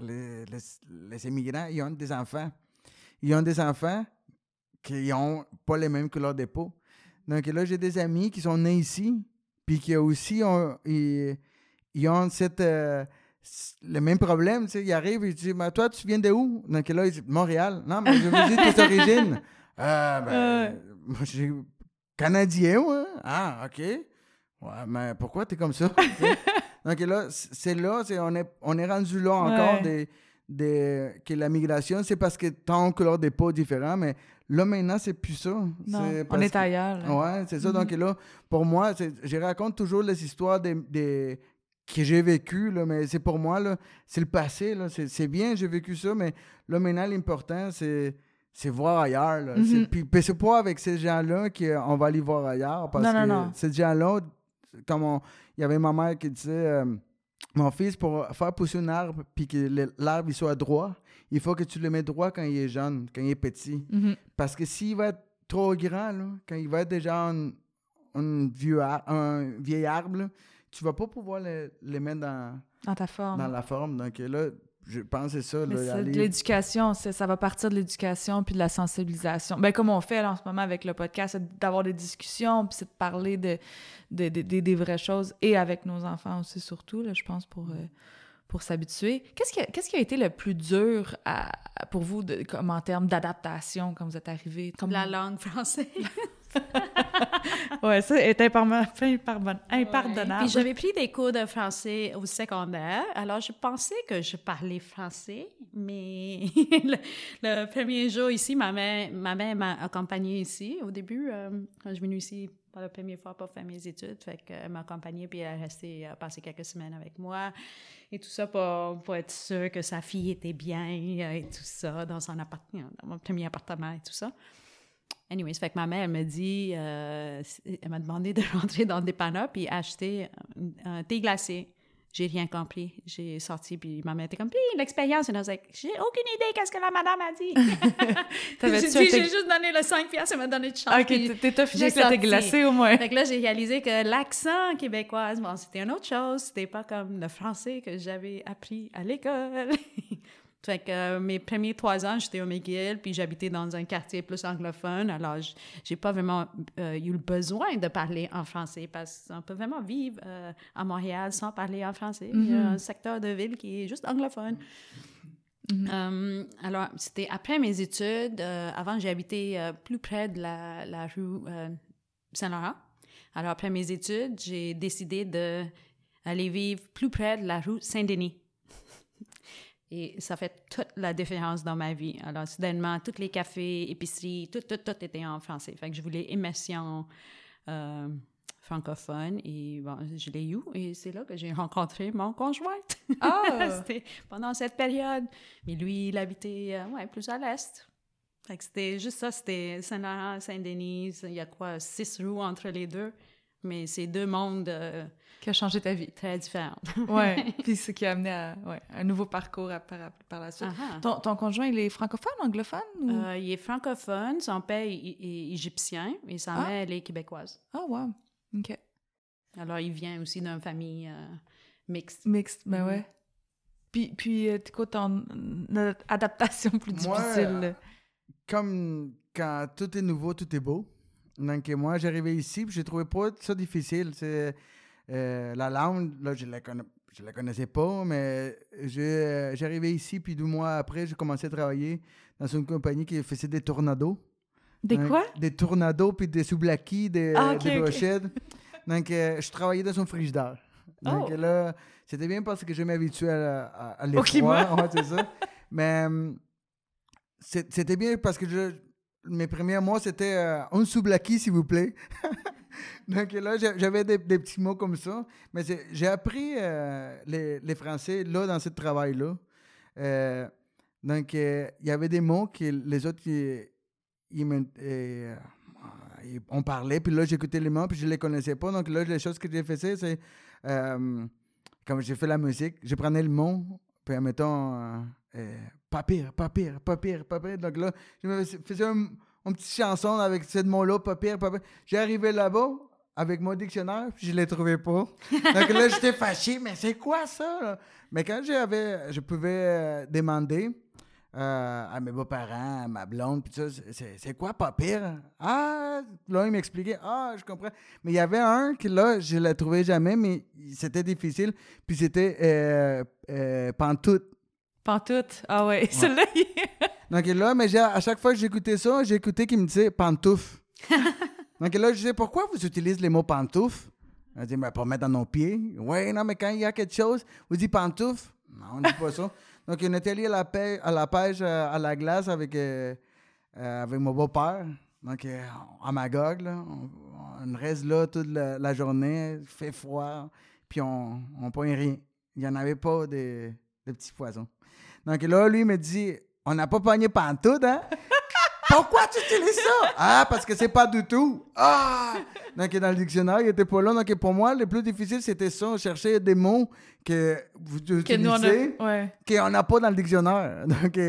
les immigrants, ils ont des enfants. Ils ont des enfants qui n'ont pas les mêmes couleurs de peau. Donc là, j'ai des amis qui sont nés ici, puis qui aussi ils ont le même problème. Tu sais, ils arrivent et ils disent, mais toi, tu viens de où? Donc là, ils disent, Montréal. Non, mais je veux dire tes origines. Moi, je suis Canadien, ouais. Ah, OK. Ouais, mais pourquoi tu es comme ça? Donc là, on est rendu là encore que la migration, c'est parce que ton couleur de peau est différent, mais là, maintenant, c'est plus ça. Non, on est ailleurs. Là. Ouais, c'est ça. Donc là, pour moi, je raconte toujours les histoires que j'ai vécues, là, mais c'est pour moi, là, c'est le passé. Là, c'est bien, j'ai vécu ça, mais là, maintenant, l'important, c'est voir ailleurs. Là. Puis c'est pas avec ces gens-là qu'on va aller voir ailleurs, parce que ces gens-là, comme il y avait ma mère qui disait, mon fils, pour faire pousser un arbre puis que l'arbre il soit droit, il faut que tu le mets droit quand il est jeune, quand il est petit. Parce que s'il va être trop grand, là, quand il va être déjà un vieil arbre, là, tu vas pas pouvoir le mettre dans ta forme. Dans la forme. Donc là, je pense que c'est ça. Là, de l'éducation, ça va partir de l'éducation puis de la sensibilisation. Ben, comme on fait là, en ce moment avec le podcast, c'est d'avoir des discussions puis c'est de parler des vraies choses et avec nos enfants aussi surtout, là, je pense, pour s'habituer. Qu'est-ce qui a été le plus dur pour vous comme en termes d'adaptation quand vous êtes arrivés? Comme la langue française. Ouais, ça est impardonnable. Puis j'avais pris des cours de français au secondaire, alors je pensais que je parlais français, mais le premier jour ici, ma mère m'a accompagnée ici. Au début, quand je suis venue ici pour la première fois pour faire mes études, fait qu'elle m'a accompagnée, puis elle est restée passer quelques semaines avec moi, et tout ça pour être sûre que sa fille était bien, et tout ça, dans mon premier appartement et tout ça. Anyways, fait que ma mère, elle me dit, elle m'a demandé de rentrer dans le dépanneur puis acheter un thé glacé. J'ai rien compris. J'ai sorti, puis ma mère était comme, puis l'expérience, et là, j'ai aucune idée qu'est-ce que la madame a dit. J'ai juste donné le 5$, elle m'a donné de change. OK, t'es fini avec le thé glacé au moins. Fait que là, j'ai réalisé que l'accent québécois, bon, c'était une autre chose. C'était pas comme le français que j'avais appris à l'école. Fait que mes premiers 3 ans, j'étais au McGill, puis j'habitais dans un quartier plus anglophone. Alors, j'ai pas vraiment eu le besoin de parler en français parce qu'on peut vraiment vivre à Montréal sans parler en français. Il y a un secteur de ville qui est juste anglophone. Alors, c'était après mes études. Avant, j'ai habité plus près de la rue Saint-Laurent. Alors, après mes études, j'ai décidé d'aller vivre plus près de la rue Saint-Denis. Et ça fait toute la différence dans ma vie. Alors, soudainement, tous les cafés, épiceries, tout était en français. Fait que je voulais immersion francophone. Et bon, je l'ai eu. Et c'est là que j'ai rencontré mon conjoint. C'était pendant cette période. Mais lui, il habitait plus à l'est. Fait que c'était juste ça. C'était Saint-Laurent, Saint-Denis. Il y a 6 rues entre les deux. Mais c'est 2 mondes... qui a changé ta vie. Très différentes. Oui, puis ce qui a amené à un nouveau parcours par la suite. Ton conjoint, il est francophone, anglophone? Ou? Il est francophone, son père est égyptien et sa mère, elle est québécoise. Ah, wow, OK. Alors, il vient aussi d'une famille mixte. Mixte, ben ouais. Puis écoute, ton adaptation plus difficile. Comme quand tout est nouveau, tout est beau. Donc, moi, j'arrivais ici, puis j'ai trouvé pas ça difficile. C'est... la langue, là, je la connaissais pas, mais j'arrivais ici, puis 2 mois après, j'ai commencé à travailler dans une compagnie qui faisait des tornados. Des quoi? Des tornados, puis des souvlaki, des brochettes. Donc, je travaillais dans un frigidaire. Donc là, c'était bien parce que je m'habituais à l'effroi. Ouais, c'est ça. Mais c'était bien parce que mes premiers mois, c'était un souvlaki, s'il vous plaît. Donc là, j'avais des petits mots comme ça. Mais j'ai appris les français là, dans ce travail-là. Donc, il y avait des mots que les autres, on parlait. Puis là, j'écoutais les mots, puis je ne les connaissais pas. Donc là, les choses que j'ai fait, c'est... comme j'ai fait la musique, je prenais le mot, puis mettons... papier. Donc là, je me faisais une petite chanson avec ce mot-là, papier. J'ai arrivé là-bas, avec mon dictionnaire, puis je ne les trouvais pas. Donc là, j'étais fâché, mais c'est quoi ça? Là? Mais quand je pouvais demander à mes beaux-parents, à ma blonde, puis ça, c'est quoi pas pire? Ah, là, ils m'expliquaient. Ah, je comprends. Mais il y avait un que là, je ne le trouvais jamais, mais c'était difficile, puis c'était pantoute. Pantoute. Ah ouais, celui-là, Donc là, mais à chaque fois que j'écoutais ça, j'écoutais qu'il me disait pantoufle. Donc là, je disais, pourquoi vous utilisez les mots pantoufle? Elle dit, pour mettre dans nos pieds. Oui, non, mais quand il y a quelque chose, vous dites pantoufle? Non, on ne dit pas ça. Donc, on était allé à la pêche à la glace avec mon beau-père. Donc, à Magog, là, on reste là toute la journée, il fait froid, puis on ne pogne rien. Il n'y en avait pas de petits poissons. Donc là, lui, il me dit, on n'a pas pogné pantoute, hein? Pourquoi tu utilises ça? Ah, parce que c'est pas du tout. Ah! Donc, dans le dictionnaire, il était pas là. Donc, pour moi, le plus difficile, c'était ça. Chercher des mots que vous utilisez, qu'on n'a pas dans le dictionnaire. Donc,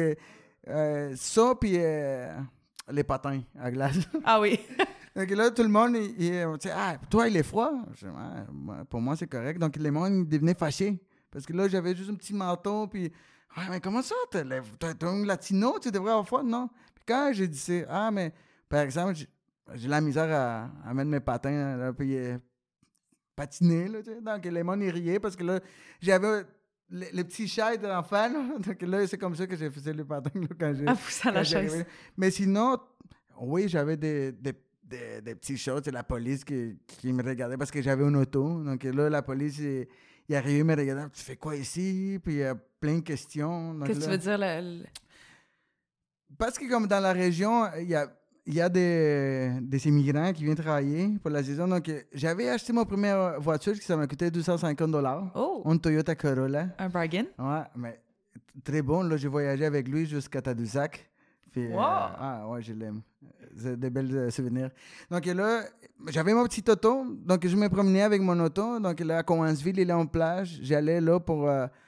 ça, puis les patins à glace. Ah oui. Donc là, tout le monde, il dit, ah, toi, il est froid. Je dis, pour moi, c'est correct. Donc, les gens, ils devenaient fâchés. Parce que là, j'avais juste un petit manteau, puis, ah, mais comment ça? T'es un latino, tu devrais avoir froid? Non. Puis quand j'ai dit ça, ah, mais, par exemple, j'ai la misère à mettre mes patins, là, puis patiner, là, tu sais. Donc, les gens, ils riaient parce que là, j'avais les petits chats d'enfant, là. Donc là, c'est comme ça que j'ai fait les patins, là, quand j'ai... Ah, pousse à la chaise. Mais sinon, oui, j'avais des petites choses, c'est la police qui me regardait parce que j'avais une auto. Donc là, la police, il arrivait, me regardait, tu fais quoi ici? Puis il y a plein de questions. Qu'est-ce que tu veux dire? Parce que comme dans la région, il y a des immigrants qui viennent travailler pour la saison. Donc, j'avais acheté ma première voiture qui ça m'a coûté $250. Oh! Une Toyota Corolla. Un bargain? Ouais, mais très bon. Là, j'ai voyagé avec lui jusqu'à Tadoussac. Puis, wow! Ouais, je l'aime. C'est des belles souvenirs. Donc là, j'avais mon petit auto. Donc, je me promenais avec mon auto. Donc là, à Cowansville, il est en plage. J'allais là pour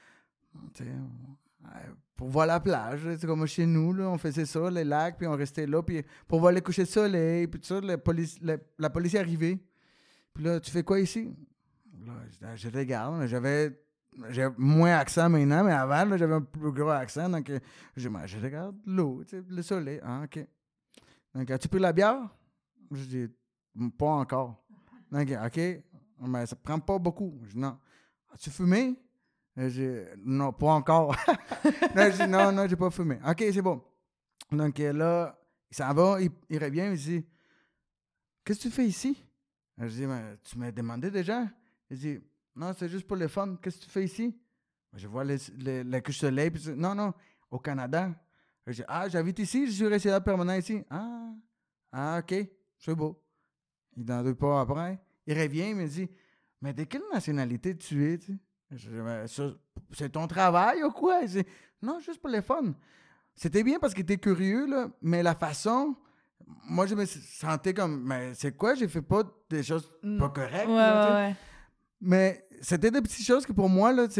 voir la plage. C'est comme chez nous, là, on faisait ça, les lacs, puis on restait là. Puis pour voir les couchers de soleil, puis tout ça, la police est arrivée. Puis là, tu fais quoi ici? Là, je regarde. J'ai moins accent maintenant, mais avant, là, j'avais un plus gros accent. Donc, je regarde l'eau, le soleil. Ah, OK. Donc, as-tu pris la bière? Je dis, pas encore. Donc, OK. Mais ça prend pas beaucoup. Je dis, non. As-tu fumé? Je dis, non, pas encore. Non, je dis, non, j'ai pas fumé. OK, c'est bon. Donc, là, il s'en va, il revient, il dit, qu'est-ce que tu fais ici? Je dis, mais tu m'as demandé déjà? Il dit, non, c'est juste pour le fun. Qu'est-ce que tu fais ici? Je vois la couche de soleil. Puis non, au Canada. Je dis, j'habite ici, je suis résident permanent ici. OK, c'est beau. Il n'en deux pas après. Il revient, il me dit, mais de quelle nationalité tu es? Je dis, c'est ton travail ou quoi? Il dit, non, juste pour le fun. C'était bien parce qu'il était curieux, là, mais la façon... Moi, je me sentais comme, mais c'est quoi? J'ai fait pas des choses pas correctes. Ouais. Mais c'était des petites choses que pour moi, là,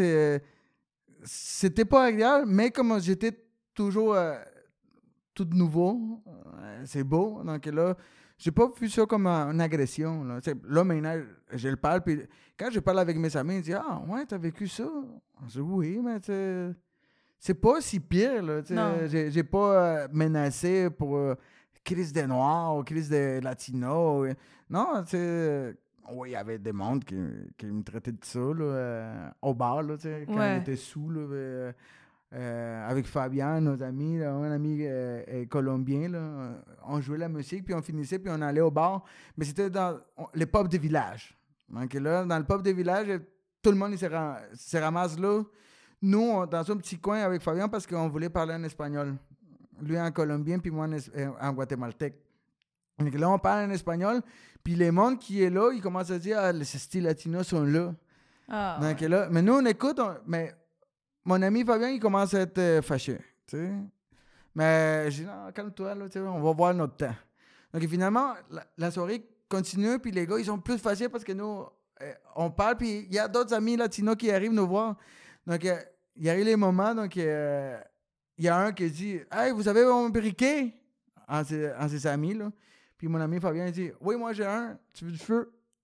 c'était pas agréable, mais comme j'étais toujours tout nouveau, c'est beau. Donc là, j'ai pas vu ça comme une agression. Là, maintenant, je le parle, puis quand je parle avec mes amis, ils disent, ah, ouais, t'as vécu ça? Je dis, oui, mais c'est pas si pire, là. J'ai pas menacé pour crise des Noirs ou crise des Latinos. Non, oui, il y avait des mondes qui me traitaient de ça, là, au bar, là, quand on était sous, là, avec Fabien, nos amis, là, un ami colombien, là, on jouait la musique, puis on finissait, puis on allait au bar. Mais c'était dans les pubs de village. Donc là, dans le pub de village, tout le monde il se ramasse là. Nous, dans un petit coin avec Fabien, parce qu'on voulait parler en espagnol. Lui en colombien, puis moi en guatémaltèque. Donc là, on parle en espagnol, puis les mondes qui est là, ils commencent à dire, les styles latinos sont là. Donc là, mais nous, on écoute, mais mon ami Fabien, il commence à être fâché, tu sais. Mais je dis, non, calme-toi, là, on va voir notre temps. Donc finalement, la soirée continue, puis les gars, ils sont plus fâchés parce que nous, on parle, puis il y a d'autres amis latinos qui arrivent nous voir. Donc, il y a eu les moments, donc il y a un qui dit, « Hey, vous avez un briquet? » en ses amis, là. Puis mon ami Fabien, il dit, « Oui, moi j'ai un, tu veux du feu? »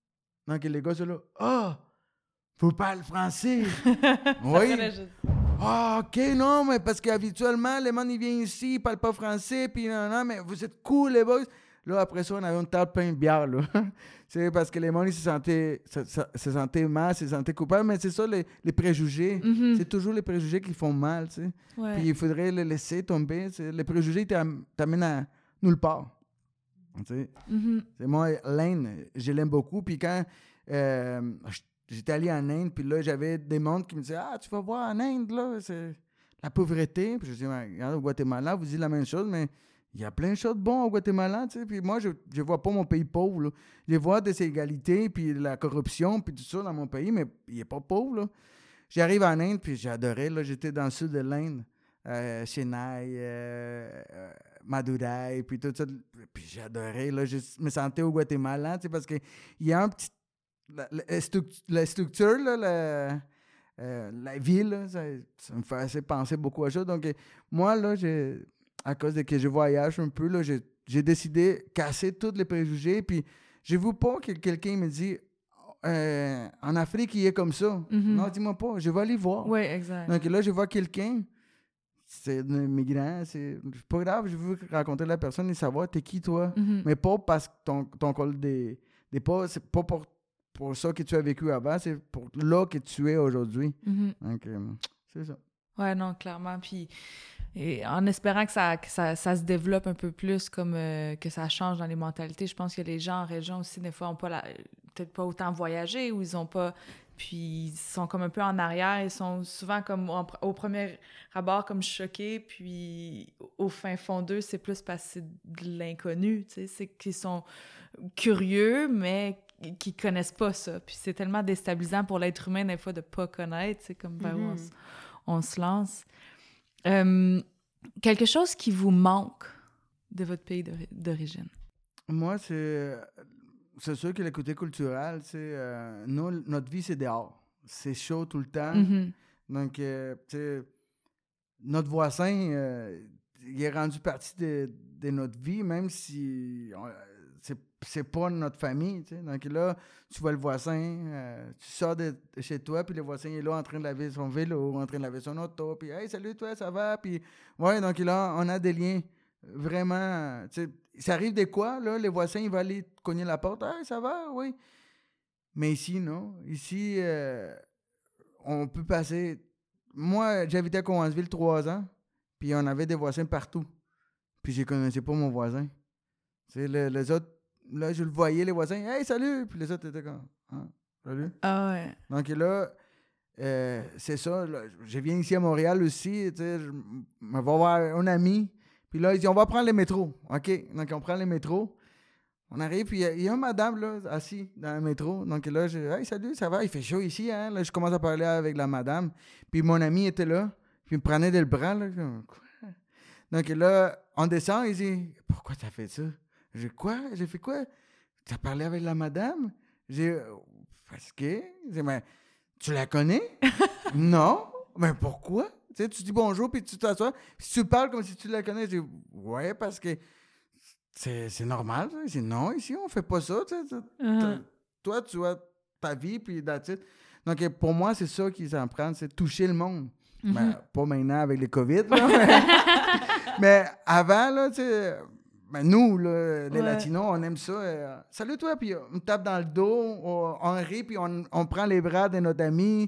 Donc, les gars sont là, « Ah, vous parlez français! » Oui. Ah, OK, non, mais parce qu'habituellement, les gens, ils viennent ici, ils parlent pas français, puis non, mais vous êtes cool, les boys. Là, après ça, on avait une table pleine de bière, là. C'est parce que les gens, ils se sentaient mal, se sentaient coupables, mais c'est ça, les préjugés. Mhm. C'est toujours les préjugés qui font mal, tu sais. Ouais. Puis il faudrait les laisser tomber. Les préjugés t'amènent à nulle part. Tu sais. Mhm. C'est moi, l'Inde, je l'aime beaucoup. Puis quand j'étais allé en Inde, puis là, j'avais des mondes qui me disaient « Ah, tu vas voir en Inde, là, c'est la pauvreté. » Puis je dis « Regarde, au Guatemala, vous dites la même chose, mais il y a plein de choses de bonnes au Guatemala, tu sais. » Puis moi, je ne vois pas mon pays pauvre, là. Je vois des inégalités, puis la corruption, puis tout ça dans mon pays, mais il n'est pas pauvre, là. J'arrive en Inde, puis j'adorais, là. J'étais dans le sud de l'Inde, Chennai, Madurai, puis tout ça. Puis j'adorais, là. Je me sentais au Guatemala, tu sais, parce qu'il y a un petit... La structure, là, la ville, là, ça me fait assez penser beaucoup à ça. Donc, moi, là, à cause de que je voyage un peu, là, j'ai décidé de casser tous les préjugés. Puis, je ne veux pas que quelqu'un me dise en Afrique, il est comme ça. Mhm. Non, dis-moi pas. Je vais aller voir. Oui, exact. Donc, là, je vois quelqu'un. C'est un migrant. C'est pas grave. Je veux rencontrer la personne et savoir t'es qui, toi. Mhm. Mais pas parce que ton col des pas. C'est pas pour ça que tu as vécu avant, c'est pour là que tu es aujourd'hui. Mhm. Donc, c'est ça. Ouais, non, clairement. Puis, et en espérant que ça se développe un peu plus, comme que ça change dans les mentalités. Je pense que les gens en région aussi, des fois, n'ont pas peut-être pas autant voyagé ou ils ont pas... Puis, ils sont comme un peu en arrière. Ils sont souvent comme au premier abord comme choqués. Puis, au fin fond d'eux, c'est plus parce que c'est de l'inconnu. Tu sais, c'est qu'ils sont curieux, mais qui connaissent pas ça. Puis, c'est tellement déstabilisant pour l'être humain, des fois, de pas connaître. C'est comme vers où on se lance. Quelque chose qui vous manque de votre pays d'origine? Moi, c'est sûr que le côté culturel, notre vie, c'est dehors. C'est chaud tout le temps. Mm-hmm. Donc, notre voisin, il est rendu partie de notre vie, même si c'est pas notre famille. T'sais. Donc là, tu vois le voisin, tu sors de chez toi, puis le voisin est là en train de laver son vélo, en train de laver son auto, puis « Hey, salut toi, ça va? » Puis ouais, donc là, on a des liens vraiment... Ça arrive de quoi, là? Les voisins, ils vont aller cogner la porte. « Hey, ça va? » Oui. Mais ici, non. Ici, on peut passer... Moi, j'habitais à Cowansville 3 ans, puis on avait des voisins partout. Puis je connaissais pas mon voisin. Les autres, là, je le voyais, les voisins, « Hey, salut! » Puis les autres étaient comme, « Ah, salut! » Ah ouais. Donc là, c'est ça. Là, je viens ici à Montréal aussi, je vais voir un ami. Puis là, il dit, on va prendre les métros. OK, donc on prend les métros. On arrive, puis il y a une madame, là, assise dans le métro. Donc là, je dis, « Hey, salut, ça va? Il fait chaud ici, hein? » Là, je commence à parler avec la madame. Puis mon ami était là, puis il me prenait le bras, là. Quoi? Donc là, on descend, il dit, « Pourquoi tu as fait ça? » J'ai dit, « Quoi? J'ai fait quoi? Tu as parlé avec la madame? » J'ai dit, « Parce que... » J'ai dit, « Mais tu la connais? » Non. « Mais pourquoi? » Tu sais, tu dis bonjour, puis tu t'assois. Puis tu parles comme si tu la connais. Je dis, « Ouais, parce que c'est normal. » Je dis, « Non, ici, on fait pas ça. Toi, tu as ta vie, puis that's it. » Donc, pour moi, c'est ça qu'ils en prennent, c'est toucher le monde. Ben, pas maintenant avec les COVID, là, mais avant, là, tu sais... Ben nous, là, les Latinos, on aime ça. Salut toi, puis on tape dans le dos, on rit, puis on prend les bras de notre ami,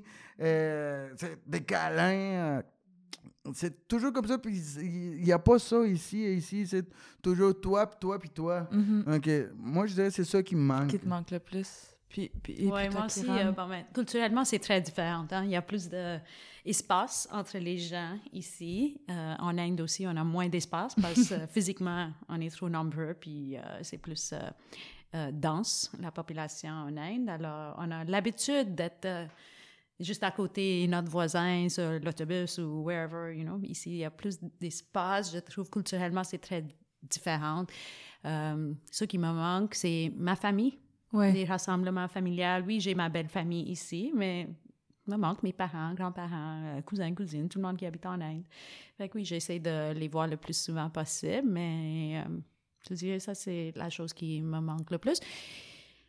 des câlins. C'est toujours comme ça, puis il n'y a pas ça ici. Ici, c'est toujours toi, puis toi, puis toi. Mm-hmm. Donc, moi, je dirais que c'est ça qui me manque. Qui te manque le plus? Oui, moi aussi, culturellement, c'est très différent. Hein? Il y a plus d'espace entre les gens ici. En Inde aussi, on a moins d'espace parce que physiquement, on est trop nombreux, puis c'est plus dense, la population en Inde. Alors, on a l'habitude d'être juste à côté de notre voisin sur l'autobus ou wherever, you know. Ici, il y a plus d'espace. Je trouve culturellement, c'est très différent. Ce qui me manque, c'est ma famille. Ouais. Les rassemblements familiaux. Oui, j'ai ma belle famille ici, mais il me manque mes parents, grands-parents, cousins, cousines, tout le monde qui habite en Inde. Fait que oui, j'essaie de les voir le plus souvent possible, mais je dirais ça, c'est la chose qui me manque le plus.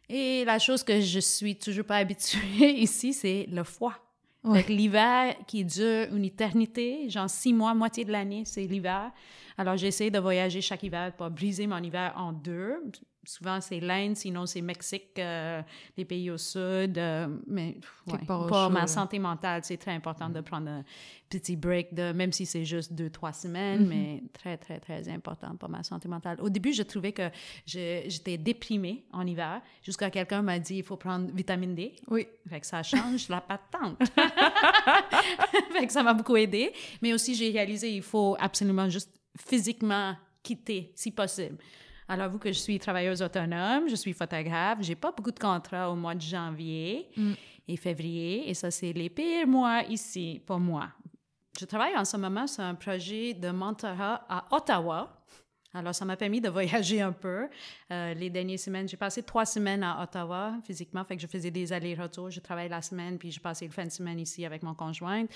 Et la chose que je suis toujours pas habituée ici, c'est le froid. Ouais. Fait que l'hiver qui dure une éternité, genre 6 mois, moitié de l'année, c'est l'hiver. Alors, j'essaie de voyager chaque hiver pour briser mon hiver en deux. Souvent, c'est l'Inde, sinon c'est Mexique, les pays au sud. Mais Quelque part au pour chaud, ma là. santé mentale, c'est très important de prendre un petit break, même si c'est juste 2-3 semaines, mais très, très, très important pour ma santé mentale. Au début, je trouvais que j'étais déprimée en hiver, jusqu'à quelqu'un m'a dit il faut prendre vitamine D. Oui. Fait que ça change la patente. Fait que ça m'a beaucoup aidé. Mais aussi, j'ai réalisé il faut absolument juste physiquement quitter, si possible. Alors, vu que je suis travailleuse autonome, je suis photographe, j'ai pas beaucoup de contrats au mois de janvier et février, et ça, c'est les pires mois ici pour moi. Je travaille en ce moment sur un projet de mentorat à Ottawa. Alors, ça m'a permis de voyager un peu. Les dernières semaines, j'ai passé 3 semaines à Ottawa physiquement, fait que je faisais des allers-retours. Je travaille la semaine, puis je passais le fin de semaine ici avec mon conjoint.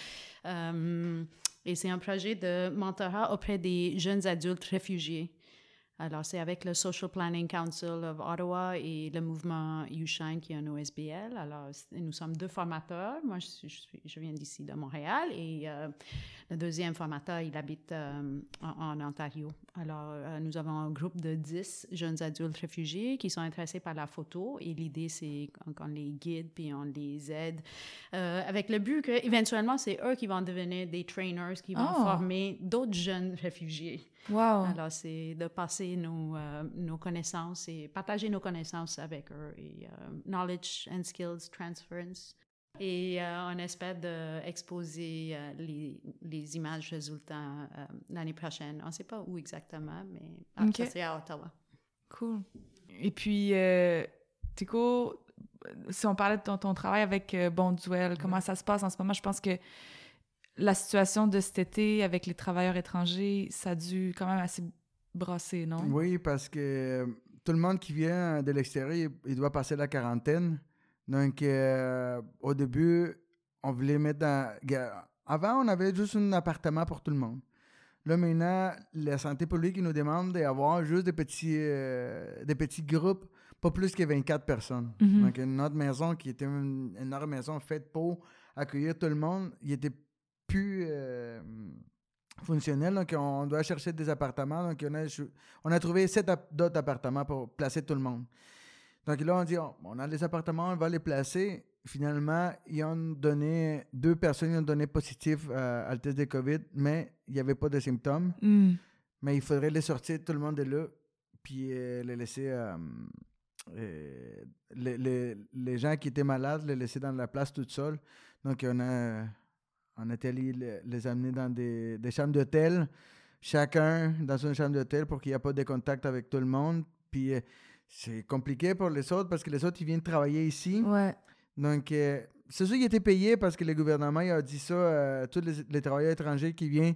Et c'est un projet de mentorat auprès des jeunes adultes réfugiés. Alors, c'est avec le Social Planning Council of Ottawa et le mouvement YouShine qui est un OSBL. Alors, nous sommes 2 formateurs. Moi, je viens d'ici, de Montréal, et le deuxième formateur, il habite en Ontario. Alors, nous avons un groupe de 10 jeunes adultes réfugiés qui sont intéressés par la photo, et l'idée, c'est qu'on les guide puis on les aide avec le but qu'éventuellement, c'est eux qui vont devenir des trainers qui vont former d'autres jeunes réfugiés. Wow. Alors, c'est de passer nos connaissances et partager nos connaissances avec eux, et knowledge and skills transference. Et on espère d'exposer les images résultats l'année prochaine. On ne sait pas où exactement, mais ça, c'est à Ottawa. Cool. Et puis, Tico, si on parlait de ton travail avec Bonduel, comment ça se passe en ce moment? Je pense que la situation de cet été avec les travailleurs étrangers, ça a dû quand même assez brasser, non? Oui, parce que tout le monde qui vient de l'extérieur, il doit passer la quarantaine. Donc, au début, on voulait mettre dans... Avant, on avait juste un appartement pour tout le monde. Là, maintenant, la santé publique nous demande d'avoir juste des petits groupes, pas plus que 24 personnes. Mm-hmm. Donc, notre maison, qui était une énorme maison faite pour accueillir tout le monde, il était plus fonctionnel. Donc, on doit chercher des appartements. Donc, on a trouvé 7 d'autres appartements pour placer tout le monde. Donc là, on dit, on a les appartements, on va les placer. Finalement, ils ont donné 2 personnes, ils ont donné positif à le test de COVID, mais il n'y avait pas de symptômes. Mais il faudrait les sortir, tout le monde de là, puis les laisser... les gens qui étaient malades, les laisser dans la place toute seule. Donc, on est allé les amener dans des chambres d'hôtel, chacun dans une chambre d'hôtel pour qu'il n'y ait pas de contact avec tout le monde. Puis c'est compliqué pour les autres parce que les autres, ils viennent travailler ici. Ouais. Donc, c'est sûr qu'ils étaient payés parce que le gouvernement il a dit ça, tous les travailleurs étrangers qui viennent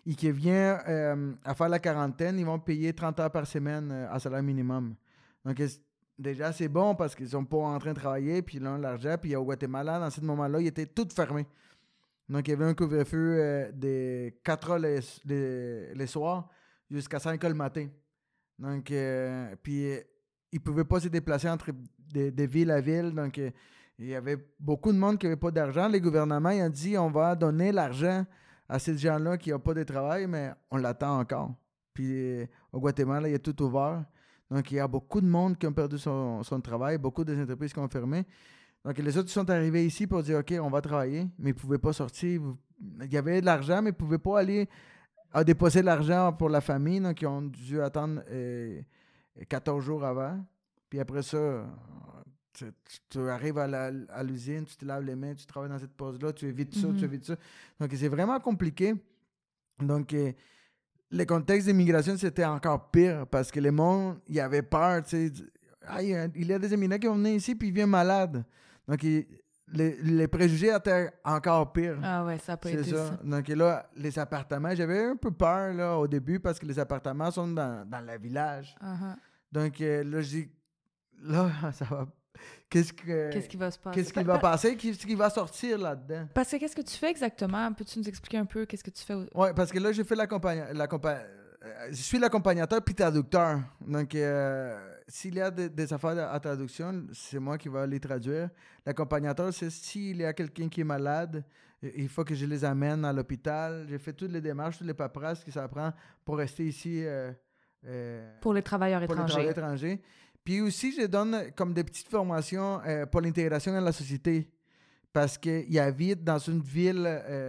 à faire la quarantaine, ils vont payer 30 heures par semaine à salaire minimum. Donc, déjà, c'est bon parce qu'ils sont pas en train de travailler, puis ils ont l'argent. Puis au Guatemala, dans ce moment-là, il était tout fermé. Donc, il y avait un couvre-feu de 4 heures les soirs jusqu'à 5 heures le matin. Donc, puis ils ne pouvaient pas se déplacer entre des villes à ville. Donc, il y avait beaucoup de monde qui n'avait pas d'argent. Les gouvernements ils ont dit on va donner l'argent à ces gens-là qui n'ont pas de travail, mais on l'attend encore. Puis au Guatemala, il y a tout ouvert. Donc, il y a beaucoup de monde qui ont perdu son travail, beaucoup d'entreprises qui ont fermé. Donc, les autres sont arrivés ici pour dire, OK, on va travailler, mais ils ne pouvaient pas sortir. Il y avait de l'argent, mais ils ne pouvaient pas aller déposer de l'argent pour la famille. Donc, ils ont dû attendre 14 jours avant. Puis après ça, tu arrives à l'usine, tu te laves les mains, tu travailles dans cette pause-là, tu évites ça, tu évites ça. Donc, c'est vraiment compliqué. Donc, le contexte d'immigration, c'était encore pire parce que le monde, il avait peur, tu sais. Il y a des immigrants qui vont venir ici puis ils viennent malades. Donc, les préjugés étaient encore pires. Ah ouais, ça n'a pas été ça. Donc là, les appartements, j'avais un peu peur là, au début parce que les appartements sont dans le village. Uh-huh. Donc là, je dis, là, ça va... Qu'est-ce qui va se passer? Qu'est-ce qui va passer? Qu'est-ce qui va sortir là-dedans? Parce que qu'est-ce que tu fais exactement? Peux-tu nous expliquer un peu qu'est-ce que tu fais? Oui, parce que là, j'ai fait je suis l'accompagnateur puis traducteur. Donc, s'il y a des affaires à traduction, c'est moi qui vais les traduire. L'accompagnateur, c'est s'il y a quelqu'un qui est malade, il faut que je les amène à l'hôpital. J'ai fait toutes les démarches, toutes les paperasses que ça prend pour rester ici. Pour les travailleurs pour les étrangers. travailleurs étrangers. Puis aussi, je donne comme des petites formations pour l'intégration dans la société. Parce qu'ils habitent dans une ville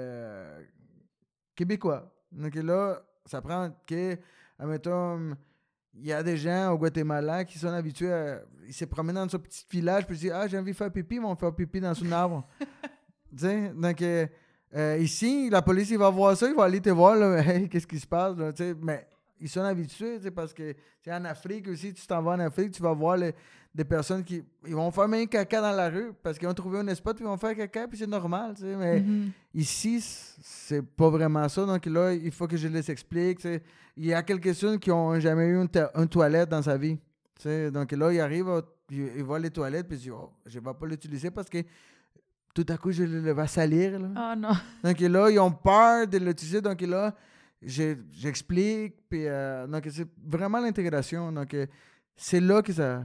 québécoise. Donc là, ça prend que, admettons, il y a des gens au Guatemala qui sont habitués à... Ils se promènent dans ce petit village, puis ils disent « Ah, j'ai envie de faire pipi, ils vont faire pipi dans un arbre. » Tu sais, donc ici, la police, il va voir ça, il va aller te voir, là, hey, qu'est-ce qui se passe, là, tu sais, mais ils sont habitués, tu sais, parce que c'est en Afrique aussi, tu t'en vas en Afrique, tu vas voir des personnes qui ils vont faire même caca dans la rue parce qu'ils ont trouvé un spot puis ils vont faire caca puis c'est normal, tu sais, mais ici c'est pas vraiment ça, donc là il faut que je les explique, tu sais. Il y a quelques-uns qui ont jamais eu une toilette dans sa vie, tu sais, donc là ils arrivent, ils voient les toilettes puis ils disent oh, je vais pas l'utiliser parce que tout à coup je le vais salir là. Oh non. Donc là ils ont peur de l'utiliser, donc là j'explique puis donc c'est vraiment l'intégration, donc c'est là que ça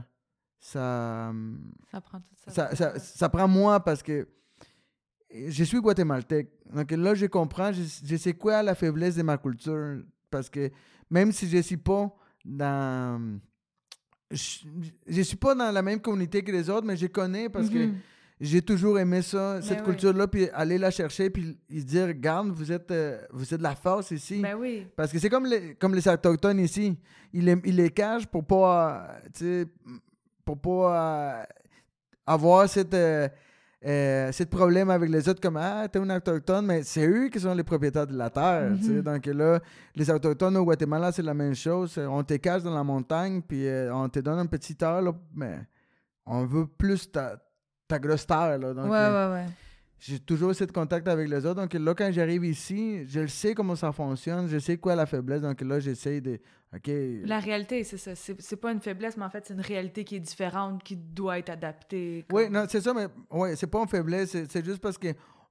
prend tout ça. Ça prend moi parce que je suis guatémaltèque. Donc là, je comprends, je sais quoi la faiblesse de ma culture. Parce que même si je ne suis pas dans... Je suis pas dans la même communauté que les autres, mais je connais parce que j'ai toujours aimé ça, cette culture-là, puis aller la chercher, puis dire, regarde, vous êtes de la force ici. Ben oui. Parce que c'est comme les Autochtones ici. Ils les cachent pour pas... pour pas avoir cette problème avec les autres comme « Ah, t'es un Autochtone », mais c'est eux qui sont les propriétaires de la terre. Donc là, les Autochtones au Guatemala, c'est la même chose. On te cache dans la montagne, puis on te donne un petit terre, là, mais on veut plus ta grosse terre. Là. Donc, ouais. J'ai toujours ce contact avec les autres. Donc là, quand j'arrive ici, je sais comment ça fonctionne, je sais quoi la faiblesse. Donc là, j'essaie de... OK. La réalité, c'est ça. C'est pas une faiblesse, mais en fait, c'est une réalité qui est différente, qui doit être adaptée. Oui, non, c'est ça, mais c'est pas une faiblesse. C'est juste parce que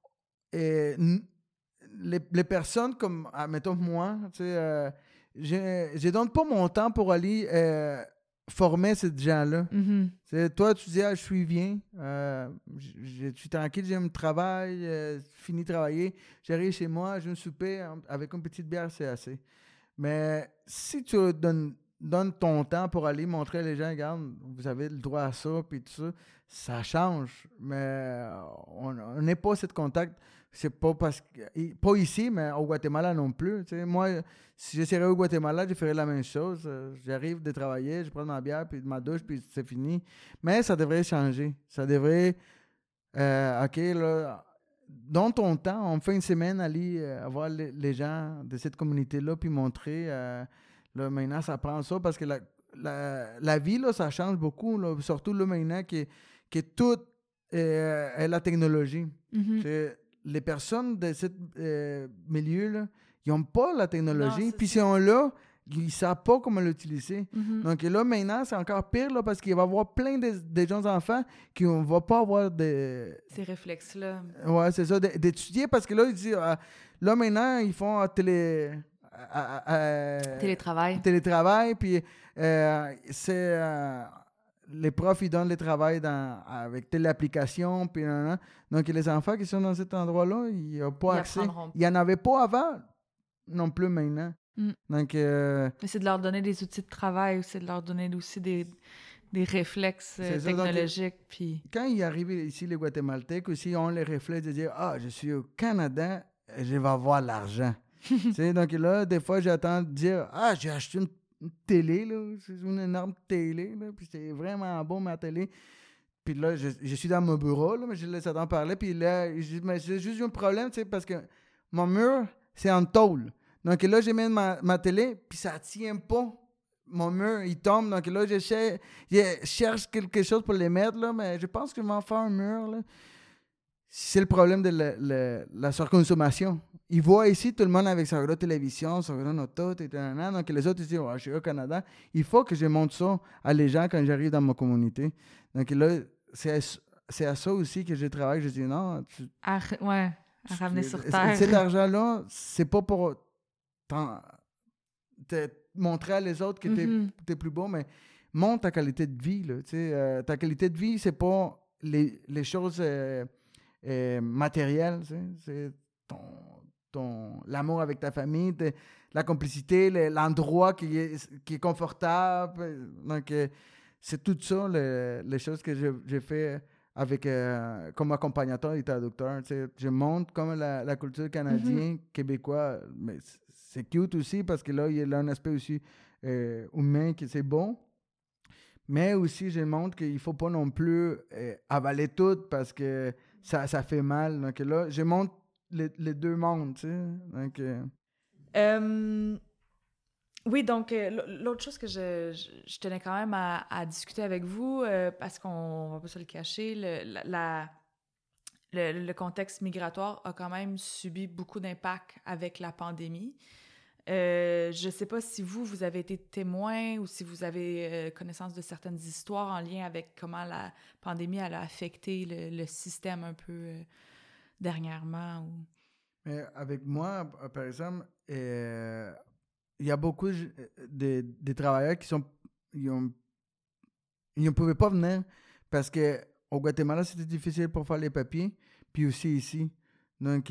les personnes comme, mettons moi, tu sais, je donne pas mon temps pour aller former ces gens-là. Toi, tu dis, je suis bien, je suis tranquille, j'ai mon travail, fini de travailler, j'arrive chez moi, j'ai un souper avec une petite bière, c'est assez. Mais si tu donnes ton temps pour aller montrer les gens, regarde, vous avez le droit à ça, puis tout ça, ça change. Mais on n'est pas cette contact. C'est pas parce que... Pas ici, mais au Guatemala non plus. Tu sais, moi, si je serais au Guatemala, je ferais la même chose. J'arrive de travailler, je prends ma bière, puis ma douche, puis c'est fini. Mais ça devrait changer. Ça devrait... OK, là... Dans ton temps, on fait une semaine, aller voir les gens de cette communauté-là, puis montrer. Là, maintenant, ça prend ça parce que la vie, là, ça change beaucoup. Là, surtout là, maintenant que tout est la technologie. Les personnes de ce milieu-là, ils n'ont pas la technologie. Puis si on l'a, ils ne savent pas comment l'utiliser. Donc là, maintenant, c'est encore pire là, parce qu'il va y avoir plein de jeunes enfants qui ne vont pas avoir ces réflexes-là. Oui, c'est ça, d'étudier parce que là, ils disent, là, maintenant, ils font télétravail, puis c'est... les profs, ils donnent le travail avec telle application, puis donc les enfants qui sont dans cet endroit-là, ils n'ont pas accès. Il n'y en avait pas avant, non plus maintenant. Donc, mais c'est de leur donner des outils de travail, c'est de leur donner aussi des réflexes technologiques. Donc, puis... Quand ils arrivent ici, les Guatémaltèques, aussi, ils ont les réflexes de dire « Ah, je suis au Canada, je vais avoir l'argent. » Donc là, des fois, j'attends de dire « Ah, j'ai acheté une télé, là, c'est une énorme télé, là, puis c'est vraiment beau, ma télé. » Puis là, je suis dans mon bureau, là, mais je laisse attendre parler, puis là, je dis « Mais j'ai juste un problème, tu sais, parce que mon mur, c'est en tôle. » Donc là, je mets ma télé, puis ça ne tient pas. Mon mur, il tombe. Donc là, je cherche quelque chose pour les mettre, là, mais je pense que je vais en faire un mur. Là. C'est le problème de la surconsommation. Ils voient ici tout le monde avec sa grosse télévision, sa grosse auto, donc les autres ils disent je suis au Canada. Il faut que je montre ça à les gens quand j'arrive dans ma communauté. Donc là, c'est à ça aussi que je travaille. Je dis non. À ramener sur terre. Cet argent-là, c'est pas pour te montrer à les autres que t'es plus beau, mais monte ta qualité de vie. Là, ta qualité de vie, c'est pas les choses matérielles. C'est l'amour avec ta famille, la complicité, l'endroit qui est confortable. Donc, c'est tout ça, les choses que j'ai fait avec, comme accompagnateur et traducteur. Je montre comme la culture canadienne, québécoise, mais c'est cute aussi parce que là, il y a un aspect aussi humain qui c'est bon. Mais aussi, je montre qu'il ne faut pas non plus avaler tout parce que ça fait mal. Donc là, je montre les deux mondes, tu sais. Donc, oui, donc l'autre chose que je tenais quand même à discuter avec vous, parce qu'on va pas se le cacher, le contexte migratoire a quand même subi beaucoup d'impact avec la pandémie. Je sais pas si vous avez été témoin ou si vous avez connaissance de certaines histoires en lien avec comment la pandémie elle a affecté le système un peu dernièrement. Mais avec moi, par exemple, il y a beaucoup de travailleurs qui ils ne pouvaient pas venir parce qu'au Guatemala, c'était difficile pour faire les papiers, puis aussi ici. Donc,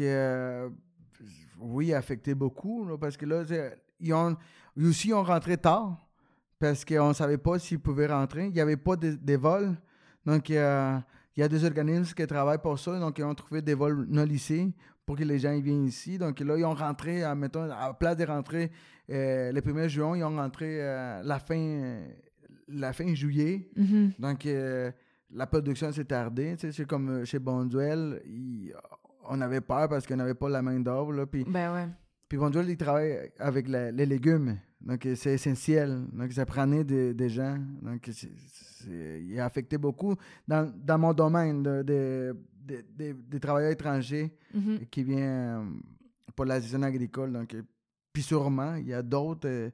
oui, affecté beaucoup, là, parce que là, ils ont rentré tard parce qu'on ne savait pas s'ils pouvaient rentrer. Il n'y avait pas de vols. Donc, il y a des organismes qui travaillent pour ça. Donc, ils ont trouvé des vols non lissés pour que les gens viennent ici. Donc, là, ils ont rentré, mettons, à la place de rentrer le 1er juin, ils ont rentré la fin juillet. Mm-hmm. Donc, la production s'est tardée. C'est comme chez Bonduel, on avait peur parce qu'on n'avait pas la main-d'œuvre. Là, puis Bonduel, il travaille avec les légumes. Donc, c'est essentiel. Donc, ça prenait des gens. Donc, il a affecté beaucoup dans mon domaine des travailleurs étrangers qui viennent pour la saison agricole. Donc, puis sûrement, il y a d'autres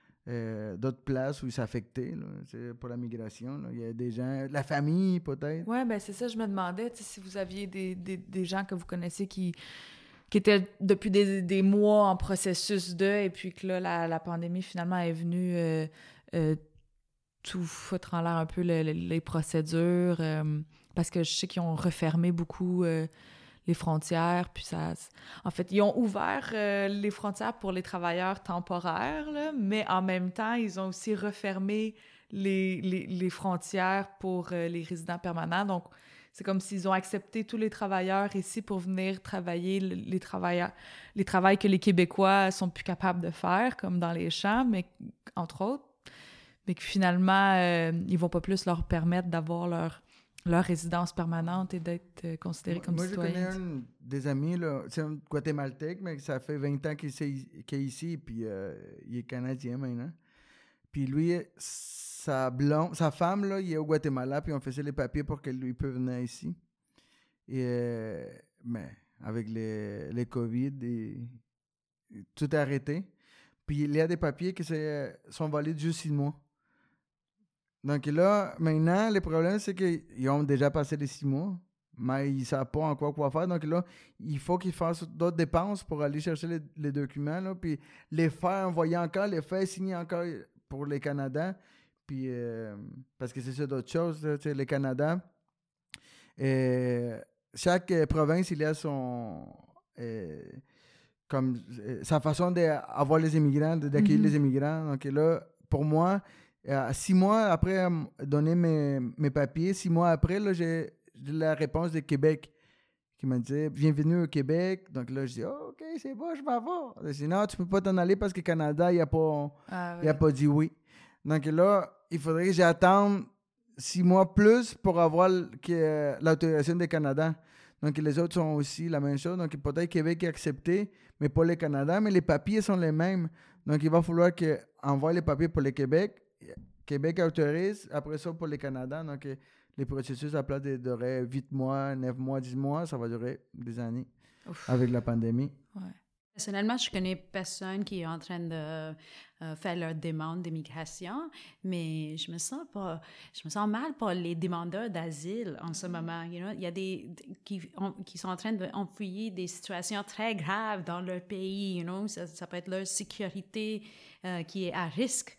places où il s'est affecté pour la migration. Là. Il y a des gens, la famille peut-être. Oui, ben c'est ça, je me demandais si vous aviez des gens que vous connaissez qui étaient depuis des mois en processus et puis que là, la pandémie finalement est venue tout foutre en l'air un peu les procédures, parce que je sais qu'ils ont refermé beaucoup les frontières, puis en fait, ils ont ouvert les frontières pour les travailleurs temporaires, là, mais en même temps, ils ont aussi refermé les frontières pour les résidents permanents. Donc, c'est comme s'ils ont accepté tous les travailleurs ici pour venir travailler les travails que les Québécois sont plus capables de faire, comme dans les champs, mais entre autres, mais que finalement, ils vont pas plus leur permettre d'avoir leur résidence permanente et d'être considérés comme citoyens. Moi, je connais des amis, là, c'est un Guatémaltèque, mais ça fait 20 ans qu'il est ici, puis il est Canadien maintenant. Puis lui, sa femme, là, il est au Guatemala, puis on faisait les papiers pour qu'elle lui puisse venir ici. Et, mais avec les COVID, tout est arrêté. Puis il y a des papiers qui sont valides de juste 6 mois. Donc là, maintenant, le problème, c'est qu'ils ont déjà passé les 6 mois, mais ils ne savent pas encore quoi faire. Donc là, il faut qu'ils fassent d'autres dépenses pour aller chercher les documents, là, puis les faire envoyer encore, les faire signer encore pour les Canadiens. Puis, parce que c'est ça d'autres choses, là, les Canadiens. Chaque province, il a sa façon d'avoir les immigrants, d'accueillir les immigrants. Donc là, pour moi, 6 mois après donner mes papiers, 6 mois après, là, j'ai la réponse de Québec qui m'a dit « Bienvenue au Québec ». Donc là, je dis oh, « OK, c'est bon, je m'en vais ». Je dis « Non, tu peux pas t'en aller parce que le Canada, il n'a pas dit oui ». Donc là, il faudrait que j'attende 6 mois plus pour avoir l'autorisation du Canada. Donc les autres sont aussi la même chose. Donc peut-être Québec est accepté, mais pas le Canada, mais les papiers sont les mêmes. Donc il va falloir qu'envoie les papiers pour le Québec. Québec autorise, après ça pour les Canada. Donc, les processus à place de durer 8 mois, 9 mois, 10 mois, ça va durer des années. Ouf. Avec la pandémie. Ouais. Personnellement, je connais personne qui est en train de faire leur demande d'immigration, mais je me sens mal pour les demandeurs d'asile en ce moment. You know? Il y a qui sont en train d'enfuir des situations très graves dans leur pays. You know? Ça peut être leur sécurité qui est à risque.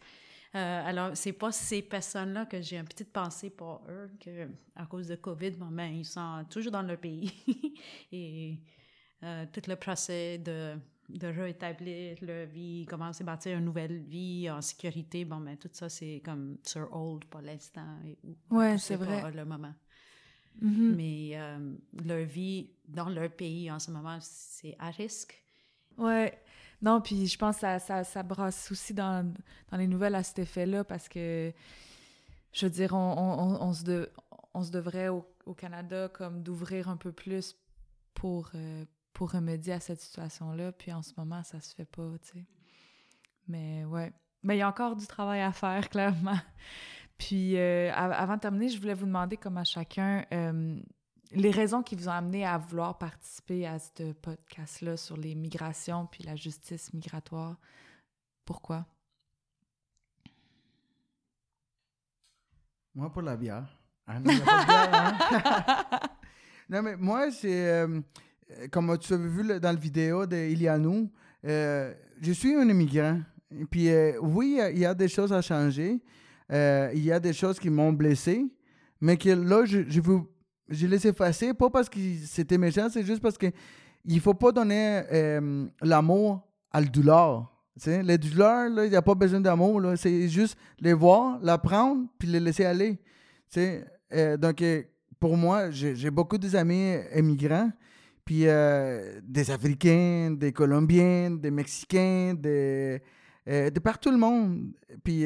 Alors, c'est pas ces personnes-là que j'ai une petite pensée pour eux, que à cause de COVID, ils sont toujours dans leur pays. Et tout le procès de rétablir leur vie, commencer à bâtir une nouvelle vie en sécurité, tout ça, c'est comme sur hold pour l'instant. Ouais, c'est vrai. Pour le moment. Mm-hmm. Mais leur vie dans leur pays en ce moment, c'est à risque. Ouais. Non, puis je pense que ça brasse aussi dans les nouvelles à cet effet-là, parce que, je veux dire, on se devrait au Canada comme d'ouvrir un peu plus pour remédier à cette situation-là, puis en ce moment, ça se fait pas, tu sais. Mais ouais. Mais il y a encore du travail à faire, clairement. Puis avant de terminer, je voulais vous demander, comme à chacun, les raisons qui vous ont amené à vouloir participer à ce podcast-là sur les migrations puis la justice migratoire. Pourquoi? Moi, pour la bière. Ah non, il n'y a pas de bière, hein? Non, mais moi, c'est... comme tu avais vu dans la vidéo d'Ilianou, je suis un immigrant. Et puis, oui, il y a des choses à changer. Il y a des choses qui m'ont blessé. Mais que là, je les ai effacées, pas parce que c'était méchant, c'est juste parce que il faut pas donner l'amour à la douleur. T'sais? Les douleurs, là, il n'y a pas besoin d'amour. Là. C'est juste les voir, la prendre, puis les laisser aller. Donc, pour moi, j'ai beaucoup d'amis immigrants, puis des Africains, des Colombiens, des Mexicains, de partout le monde. Puis,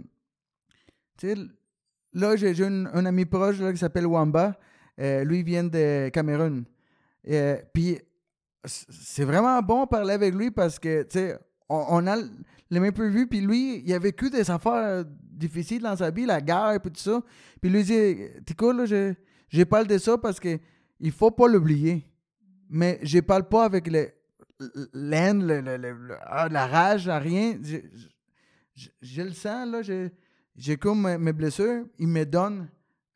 là, j'ai un ami proche là, qui s'appelle Wamba. Lui, il vient de Cameroun. Puis, c'est vraiment bon de parler avec lui parce que, tu sais, on a les mêmes prévus. Puis lui, il a vécu des affaires difficiles dans sa vie, la guerre et tout ça. Puis lui, il dit, Tico, là, je parle de ça parce que il faut pas l'oublier. Mais je parle pas avec l'haine, la rage, rien. Je le sens, là, j'ai comme mes blessures, il me donne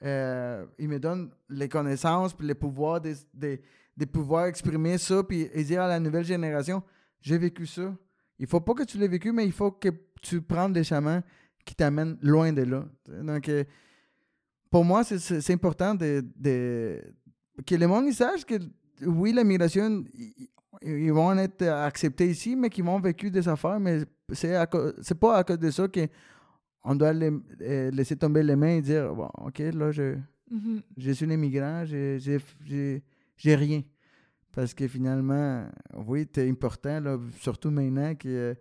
les connaissances puis les pouvoirs de pouvoir exprimer ça puis dire à la nouvelle génération, j'ai vécu ça. Il faut pas que tu l'aies vécu, mais il faut que tu prennes des chemins qui t'amènent loin de là. Donc, pour moi, c'est important que le monde il sache que, oui, la migration, ils vont être acceptés ici, mais qu'ils vont vécu des affaires, mais c'est pas à cause de ça qu'on doit laisser tomber les mains et dire, bon, OK, là, je suis un immigrant, j'ai rien. Parce que finalement, oui, c'est important, là, surtout maintenant que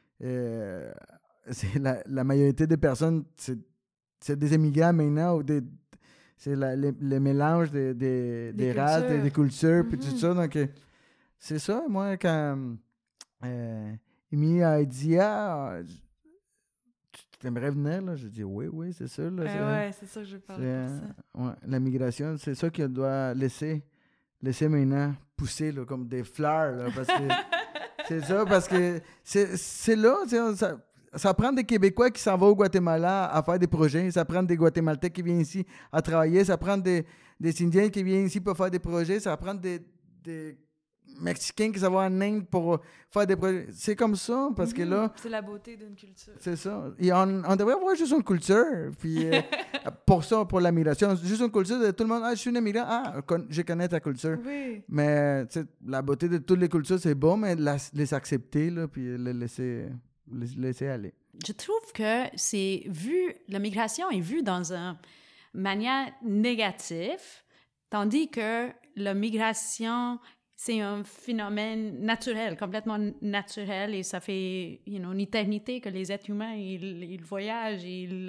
c'est la majorité des personnes, c'est des immigrants maintenant, c'est le mélange des races, des cultures, puis tout ça. Donc, c'est ça, moi, quand Amy a dit, tu aimerais venir, là? Je dis, oui, c'est ça. Là, ouais, c'est ça que je parle pour ça. Ouais, la migration, c'est ça qu'on doit laisser maintenant pousser là, comme des fleurs, là, parce que c'est ça, parce que c'est là, ça prend des Québécois qui s'en vont au Guatemala à faire des projets, ça prend des Guatémaltèques qui viennent ici à travailler, ça prend des Indiens qui viennent ici pour faire des projets, ça prend des Mexicains qui s'en vont en Inde pour faire des projets. C'est comme ça, parce que là... C'est la beauté d'une culture. C'est ça. Et on devrait avoir juste une culture, puis pour ça, pour la migration, juste une culture de tout le monde. Je suis un immigrant, je connais ta culture. Oui. Mais la beauté de toutes les cultures, c'est bon, mais les accepter, là, puis les laisser aller. Je trouve que la migration est vue dans une manière négative, tandis que la migration... C'est un phénomène naturel, complètement naturel, et ça fait une éternité que les êtres humains, ils voyagent, ils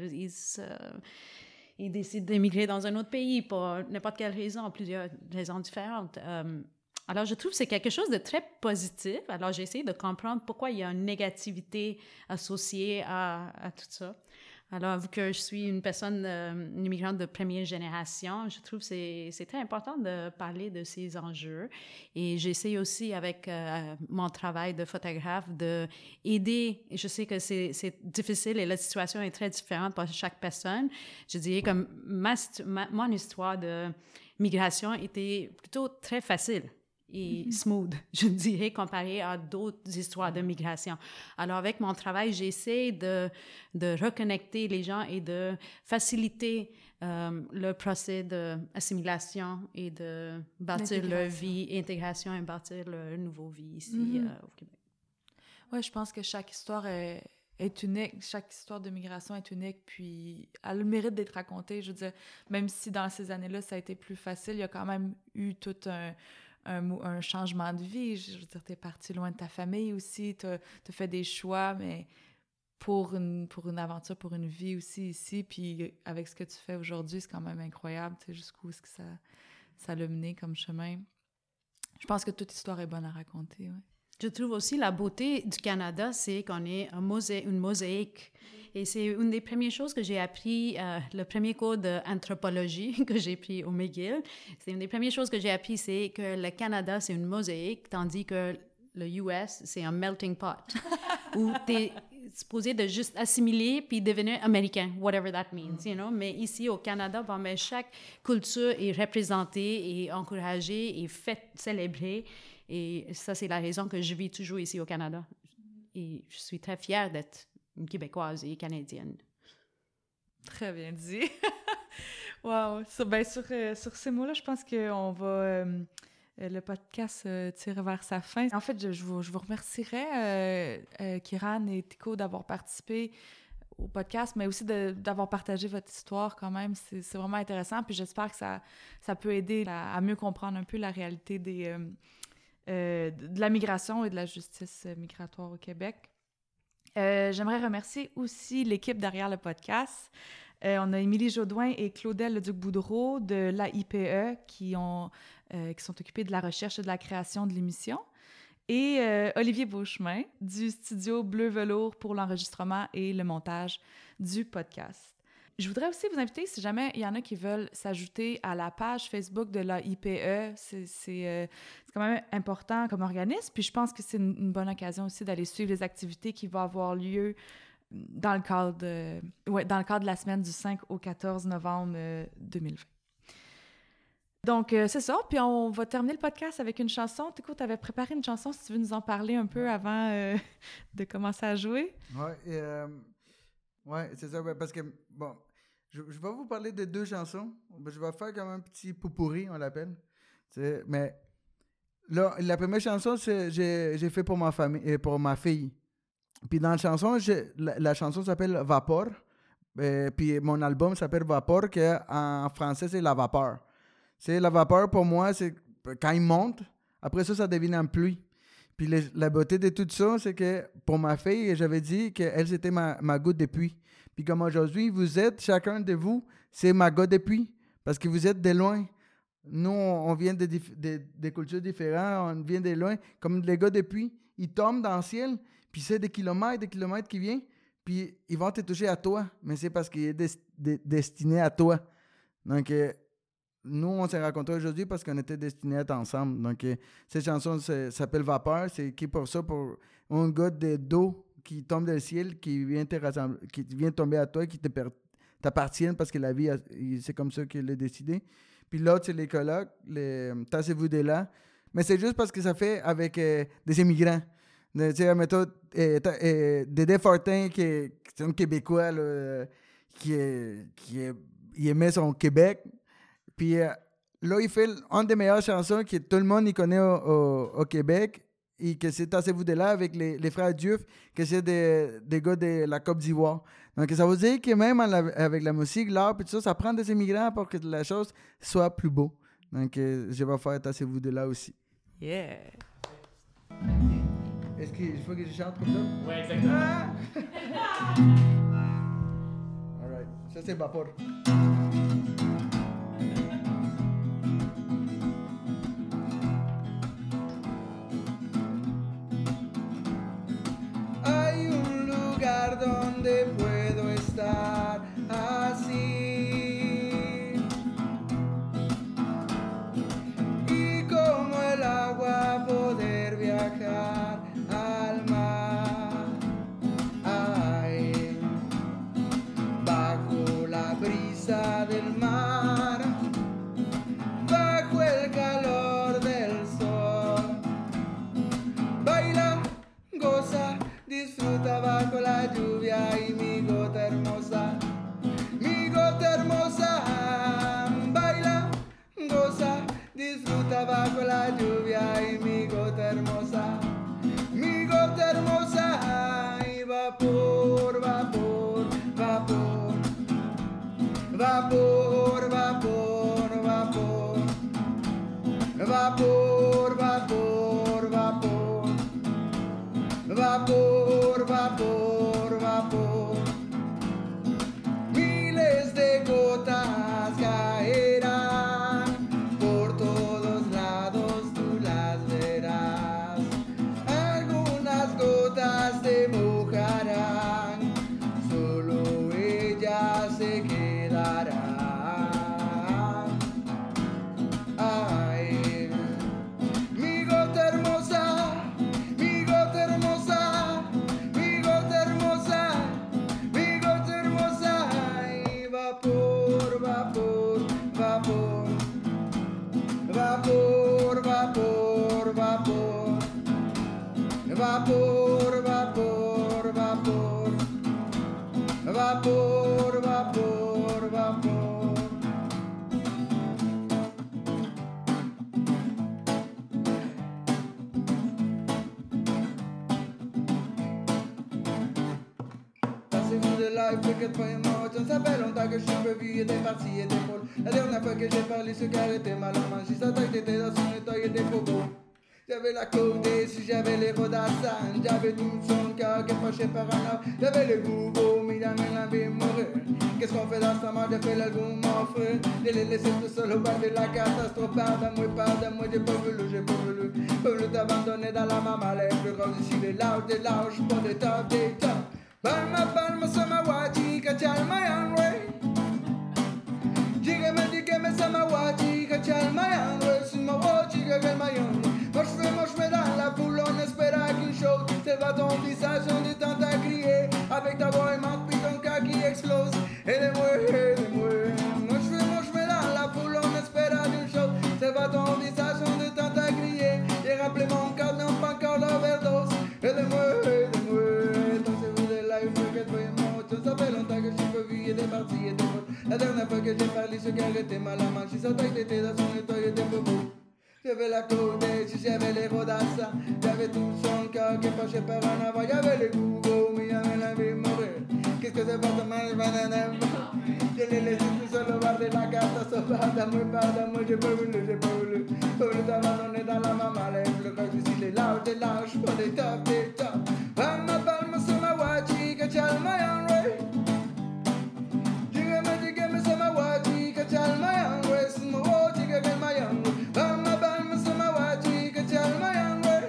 décident d'émigrer dans un autre pays pour n'importe quelle raison, plusieurs raisons différentes. Alors, je trouve que c'est quelque chose de très positif. Alors, j'ai essayé de comprendre pourquoi il y a une négativité associée à tout ça. Alors, vu que je suis une personne, une immigrante de première génération, je trouve que c'est très important de parler de ces enjeux. Et j'essaie aussi, avec mon travail de photographe, d'aider. Je sais que c'est difficile et la situation est très différente pour chaque personne. Je dirais que mon histoire de migration était plutôt très facile. et smooth, je dirais, comparé à d'autres histoires de migration. Alors, avec mon travail, j'essaie de reconnecter les gens et de faciliter le procès d'assimilation et de bâtir leur vie, intégration et bâtir leur nouvelle vie ici au Québec. Oui, je pense que chaque histoire est unique. Chaque histoire de migration est unique, puis elle a le mérite d'être racontée. Je veux dire, même si dans ces années-là, ça a été plus facile, il y a quand même eu tout un changement de vie. Je veux dire, t'es parti loin de ta famille aussi, t'as fait des choix, mais pour une aventure, pour une vie aussi ici, puis avec ce que tu fais aujourd'hui, c'est quand même incroyable, tu sais, jusqu'où est-ce que ça l'a mené comme chemin. Je pense que toute histoire est bonne à raconter, oui. Je trouve aussi la beauté du Canada, c'est qu'on est une mosaïque. Et c'est une des premières choses que j'ai appris, le premier cours d'anthropologie que j'ai pris au McGill. C'est une des premières choses que j'ai appris, c'est que le Canada, c'est une mosaïque, tandis que le US, c'est un melting pot, où tu es supposé de juste assimiler puis devenir américain, whatever that means, you know. Mais ici, au Canada, bon, mais chaque culture est représentée et encouragée et faite, célébrée. Et ça, c'est la raison que je vis toujours ici au Canada. Et je suis très fière d'être une Québécoise et canadienne. Très bien dit. Wow! Sur ces mots-là, je pense qu'on va... le podcast tire vers sa fin. En fait, je vous remercierais, Kiran et Tico, d'avoir participé au podcast, mais aussi d'avoir partagé votre histoire quand même. C'est vraiment intéressant. Puis j'espère que ça peut aider à mieux comprendre un peu la réalité de la migration et de la justice migratoire au Québec. J'aimerais remercier aussi l'équipe derrière le podcast. On a Émilie Jaudoin et Claudel Leduc-Boudreau de l'AIPE qui sont occupés de la recherche et de la création de l'émission. Et Olivier Beauchemin du studio Bleu Velours pour l'enregistrement et le montage du podcast. Je voudrais aussi vous inviter, si jamais il y en a qui veulent s'ajouter à la page Facebook de l'AIPE, c'est quand même important comme organisme, puis je pense que c'est une bonne occasion aussi d'aller suivre les activités qui vont avoir lieu dans le cadre de la semaine du 5 au 14 novembre 2020. Donc, c'est ça. Puis on va terminer le podcast avec une chanson. Tico, tu avais préparé une chanson, si tu veux nous en parler un peu avant de commencer à jouer. Oui, c'est ça. Parce que, bon, je vais vous parler de 2 chansons. Je vais faire comme un petit pot-pourri, on l'appelle. Mais là, la première chanson, j'ai fait pour ma famille et pour ma fille. Puis dans la chanson, la chanson s'appelle Vapor. Puis mon album s'appelle Vapor, qui en français, c'est La Vapeur. C'est la vapeur, pour moi, c'est quand il monte, après ça devient en pluie. Puis la beauté de tout ça, c'est que pour ma fille, j'avais dit qu'elle, c'était ma goutte de pluie. Puis comme aujourd'hui, vous êtes, chacun de vous, c'est ma goutte de pluie. Parce que vous êtes de loin. Nous, on vient de cultures différentes, on vient de loin. Comme les gars de pluie, ils tombent dans le ciel, puis c'est des kilomètres qui viennent, puis ils vont te toucher à toi. Mais c'est parce qu'il est destiné à toi. Donc, nous, on s'est rencontrés aujourd'hui parce qu'on était destinés à être ensemble. Donc, cette chanson s'appelle Vapeur. C'est écrit pour ça, pour un gars d'eau qui tombe dans le ciel, qui vient tomber à toi, qui t'appartient parce que la vie, c'est comme ça qu'il a décidé. Puis l'autre, c'est les colocs, Tassez-vous de là. Mais c'est juste parce que ça fait avec des immigrants. Tu sais, mettons, Dédé Fortin, qui est un Québécois, là, il aimait son Québec. Puis là, il fait une des meilleures chansons que tout le monde y connaît au Québec, et que c'est Tassez-vous de là avec les frères Diouf, que c'est des gars de la Côte d'Ivoire. Donc, ça veut dire que même avec la musique, l'art, puis tout ça, ça prend des immigrants pour que la chose soit plus beau. Donc, je vais faire Tassez-vous de là aussi. Yeah! Est-ce qu'il faut que je chante comme ça? Oui, exactement. All right. Ça, c'est Vapor. Hay un lugar donde puedo estar así, y como el agua poder viajar al mar. Ay, bajo la brisa del mar, bajo el calor del sol. vapor, vapor. Miles de gotas caerán por todos lados, tú las verás. Algunas gotas te mojarán, solo ellas se quedarán. Ay, mi gota hermosa, mi gota hermosa, mi gota hermosa, mi gota hermosa. Ay, vapor, vapor, vapor, vapor, vapor, vapor, vapor, vapor, vapor, vapor, vapor, vapor. Passez-vous de live, peut-être pas mort. Ça fait longtemps que je suis revu, était parti, était folle. La dernière fois que j'ai parlé, ce gars était mal en main. Si sa tête était dans son état, il était faux. J'avais la côte et si j'avais les rodassan, j'avais tout son cœur qui est fâché par un homme. J'avais le goût beau, mais la vie mourir. Qu'est-ce qu'on fait dans ce moment? J'ai fait l'album, mon frère. Je l'ai laissé tout seul au bas de la catastrophe. Pardonne-moi, j'ai pas voulu. Pas voulu t'abandonner dans la maman, les plus grands ici, des lâches, pas des tops. Palma, palma, samawati, kachalmayanwe. Dígame, samawati, kachalmayanwe. Samawati, kachalmayanwe. Moi je fais dans la foule, on espère qu'une chose se va ton visage, on est tant à crier. Avec ta voix aimante, puis ton cas qui explose. Aidez-moi, aidez-moi. Moi je fais dans la foule, on espère qu'une chose se va ton visage, on est tant à crier. J'ai rappelé mon cœur, non pas encore l'overdose. Aidez-moi, aidez-moi. Ça fait longtemps que je suis revu, il était parti, il était fort. La dernière fois que j'ai parlé, ce gars était mal à main. Si sa tête était dans son état, il était beau. J'avais la côte, si j'avais les rodasses, j'avais tout son cœur qui fâchait par en avant. J'avais les goûts, mais j'avais la vie mourir. Qu'est-ce que c'est pas de mal, banane? Je l'ai laissé tout seul au bar de la catastrophe. Pardonne-moi, j'ai pas voulu. Pas voulu t'abandonner dans la maman, les plus grands ici, les lâches, pas des tops. Palma, palma, samawati, kachalmayanwe. Dígame, samawati, kachalmayanwe. Samawati, kachalmayanwe. Palma, palma, samawati, kachalmayanwe.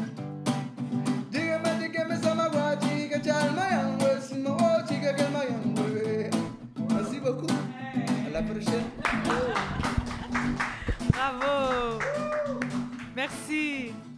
Dígame, samawati, kachalmayanwe. Samawati, kachalmayanwe. Merci beaucoup. À la prochaine. Bravo! Merci!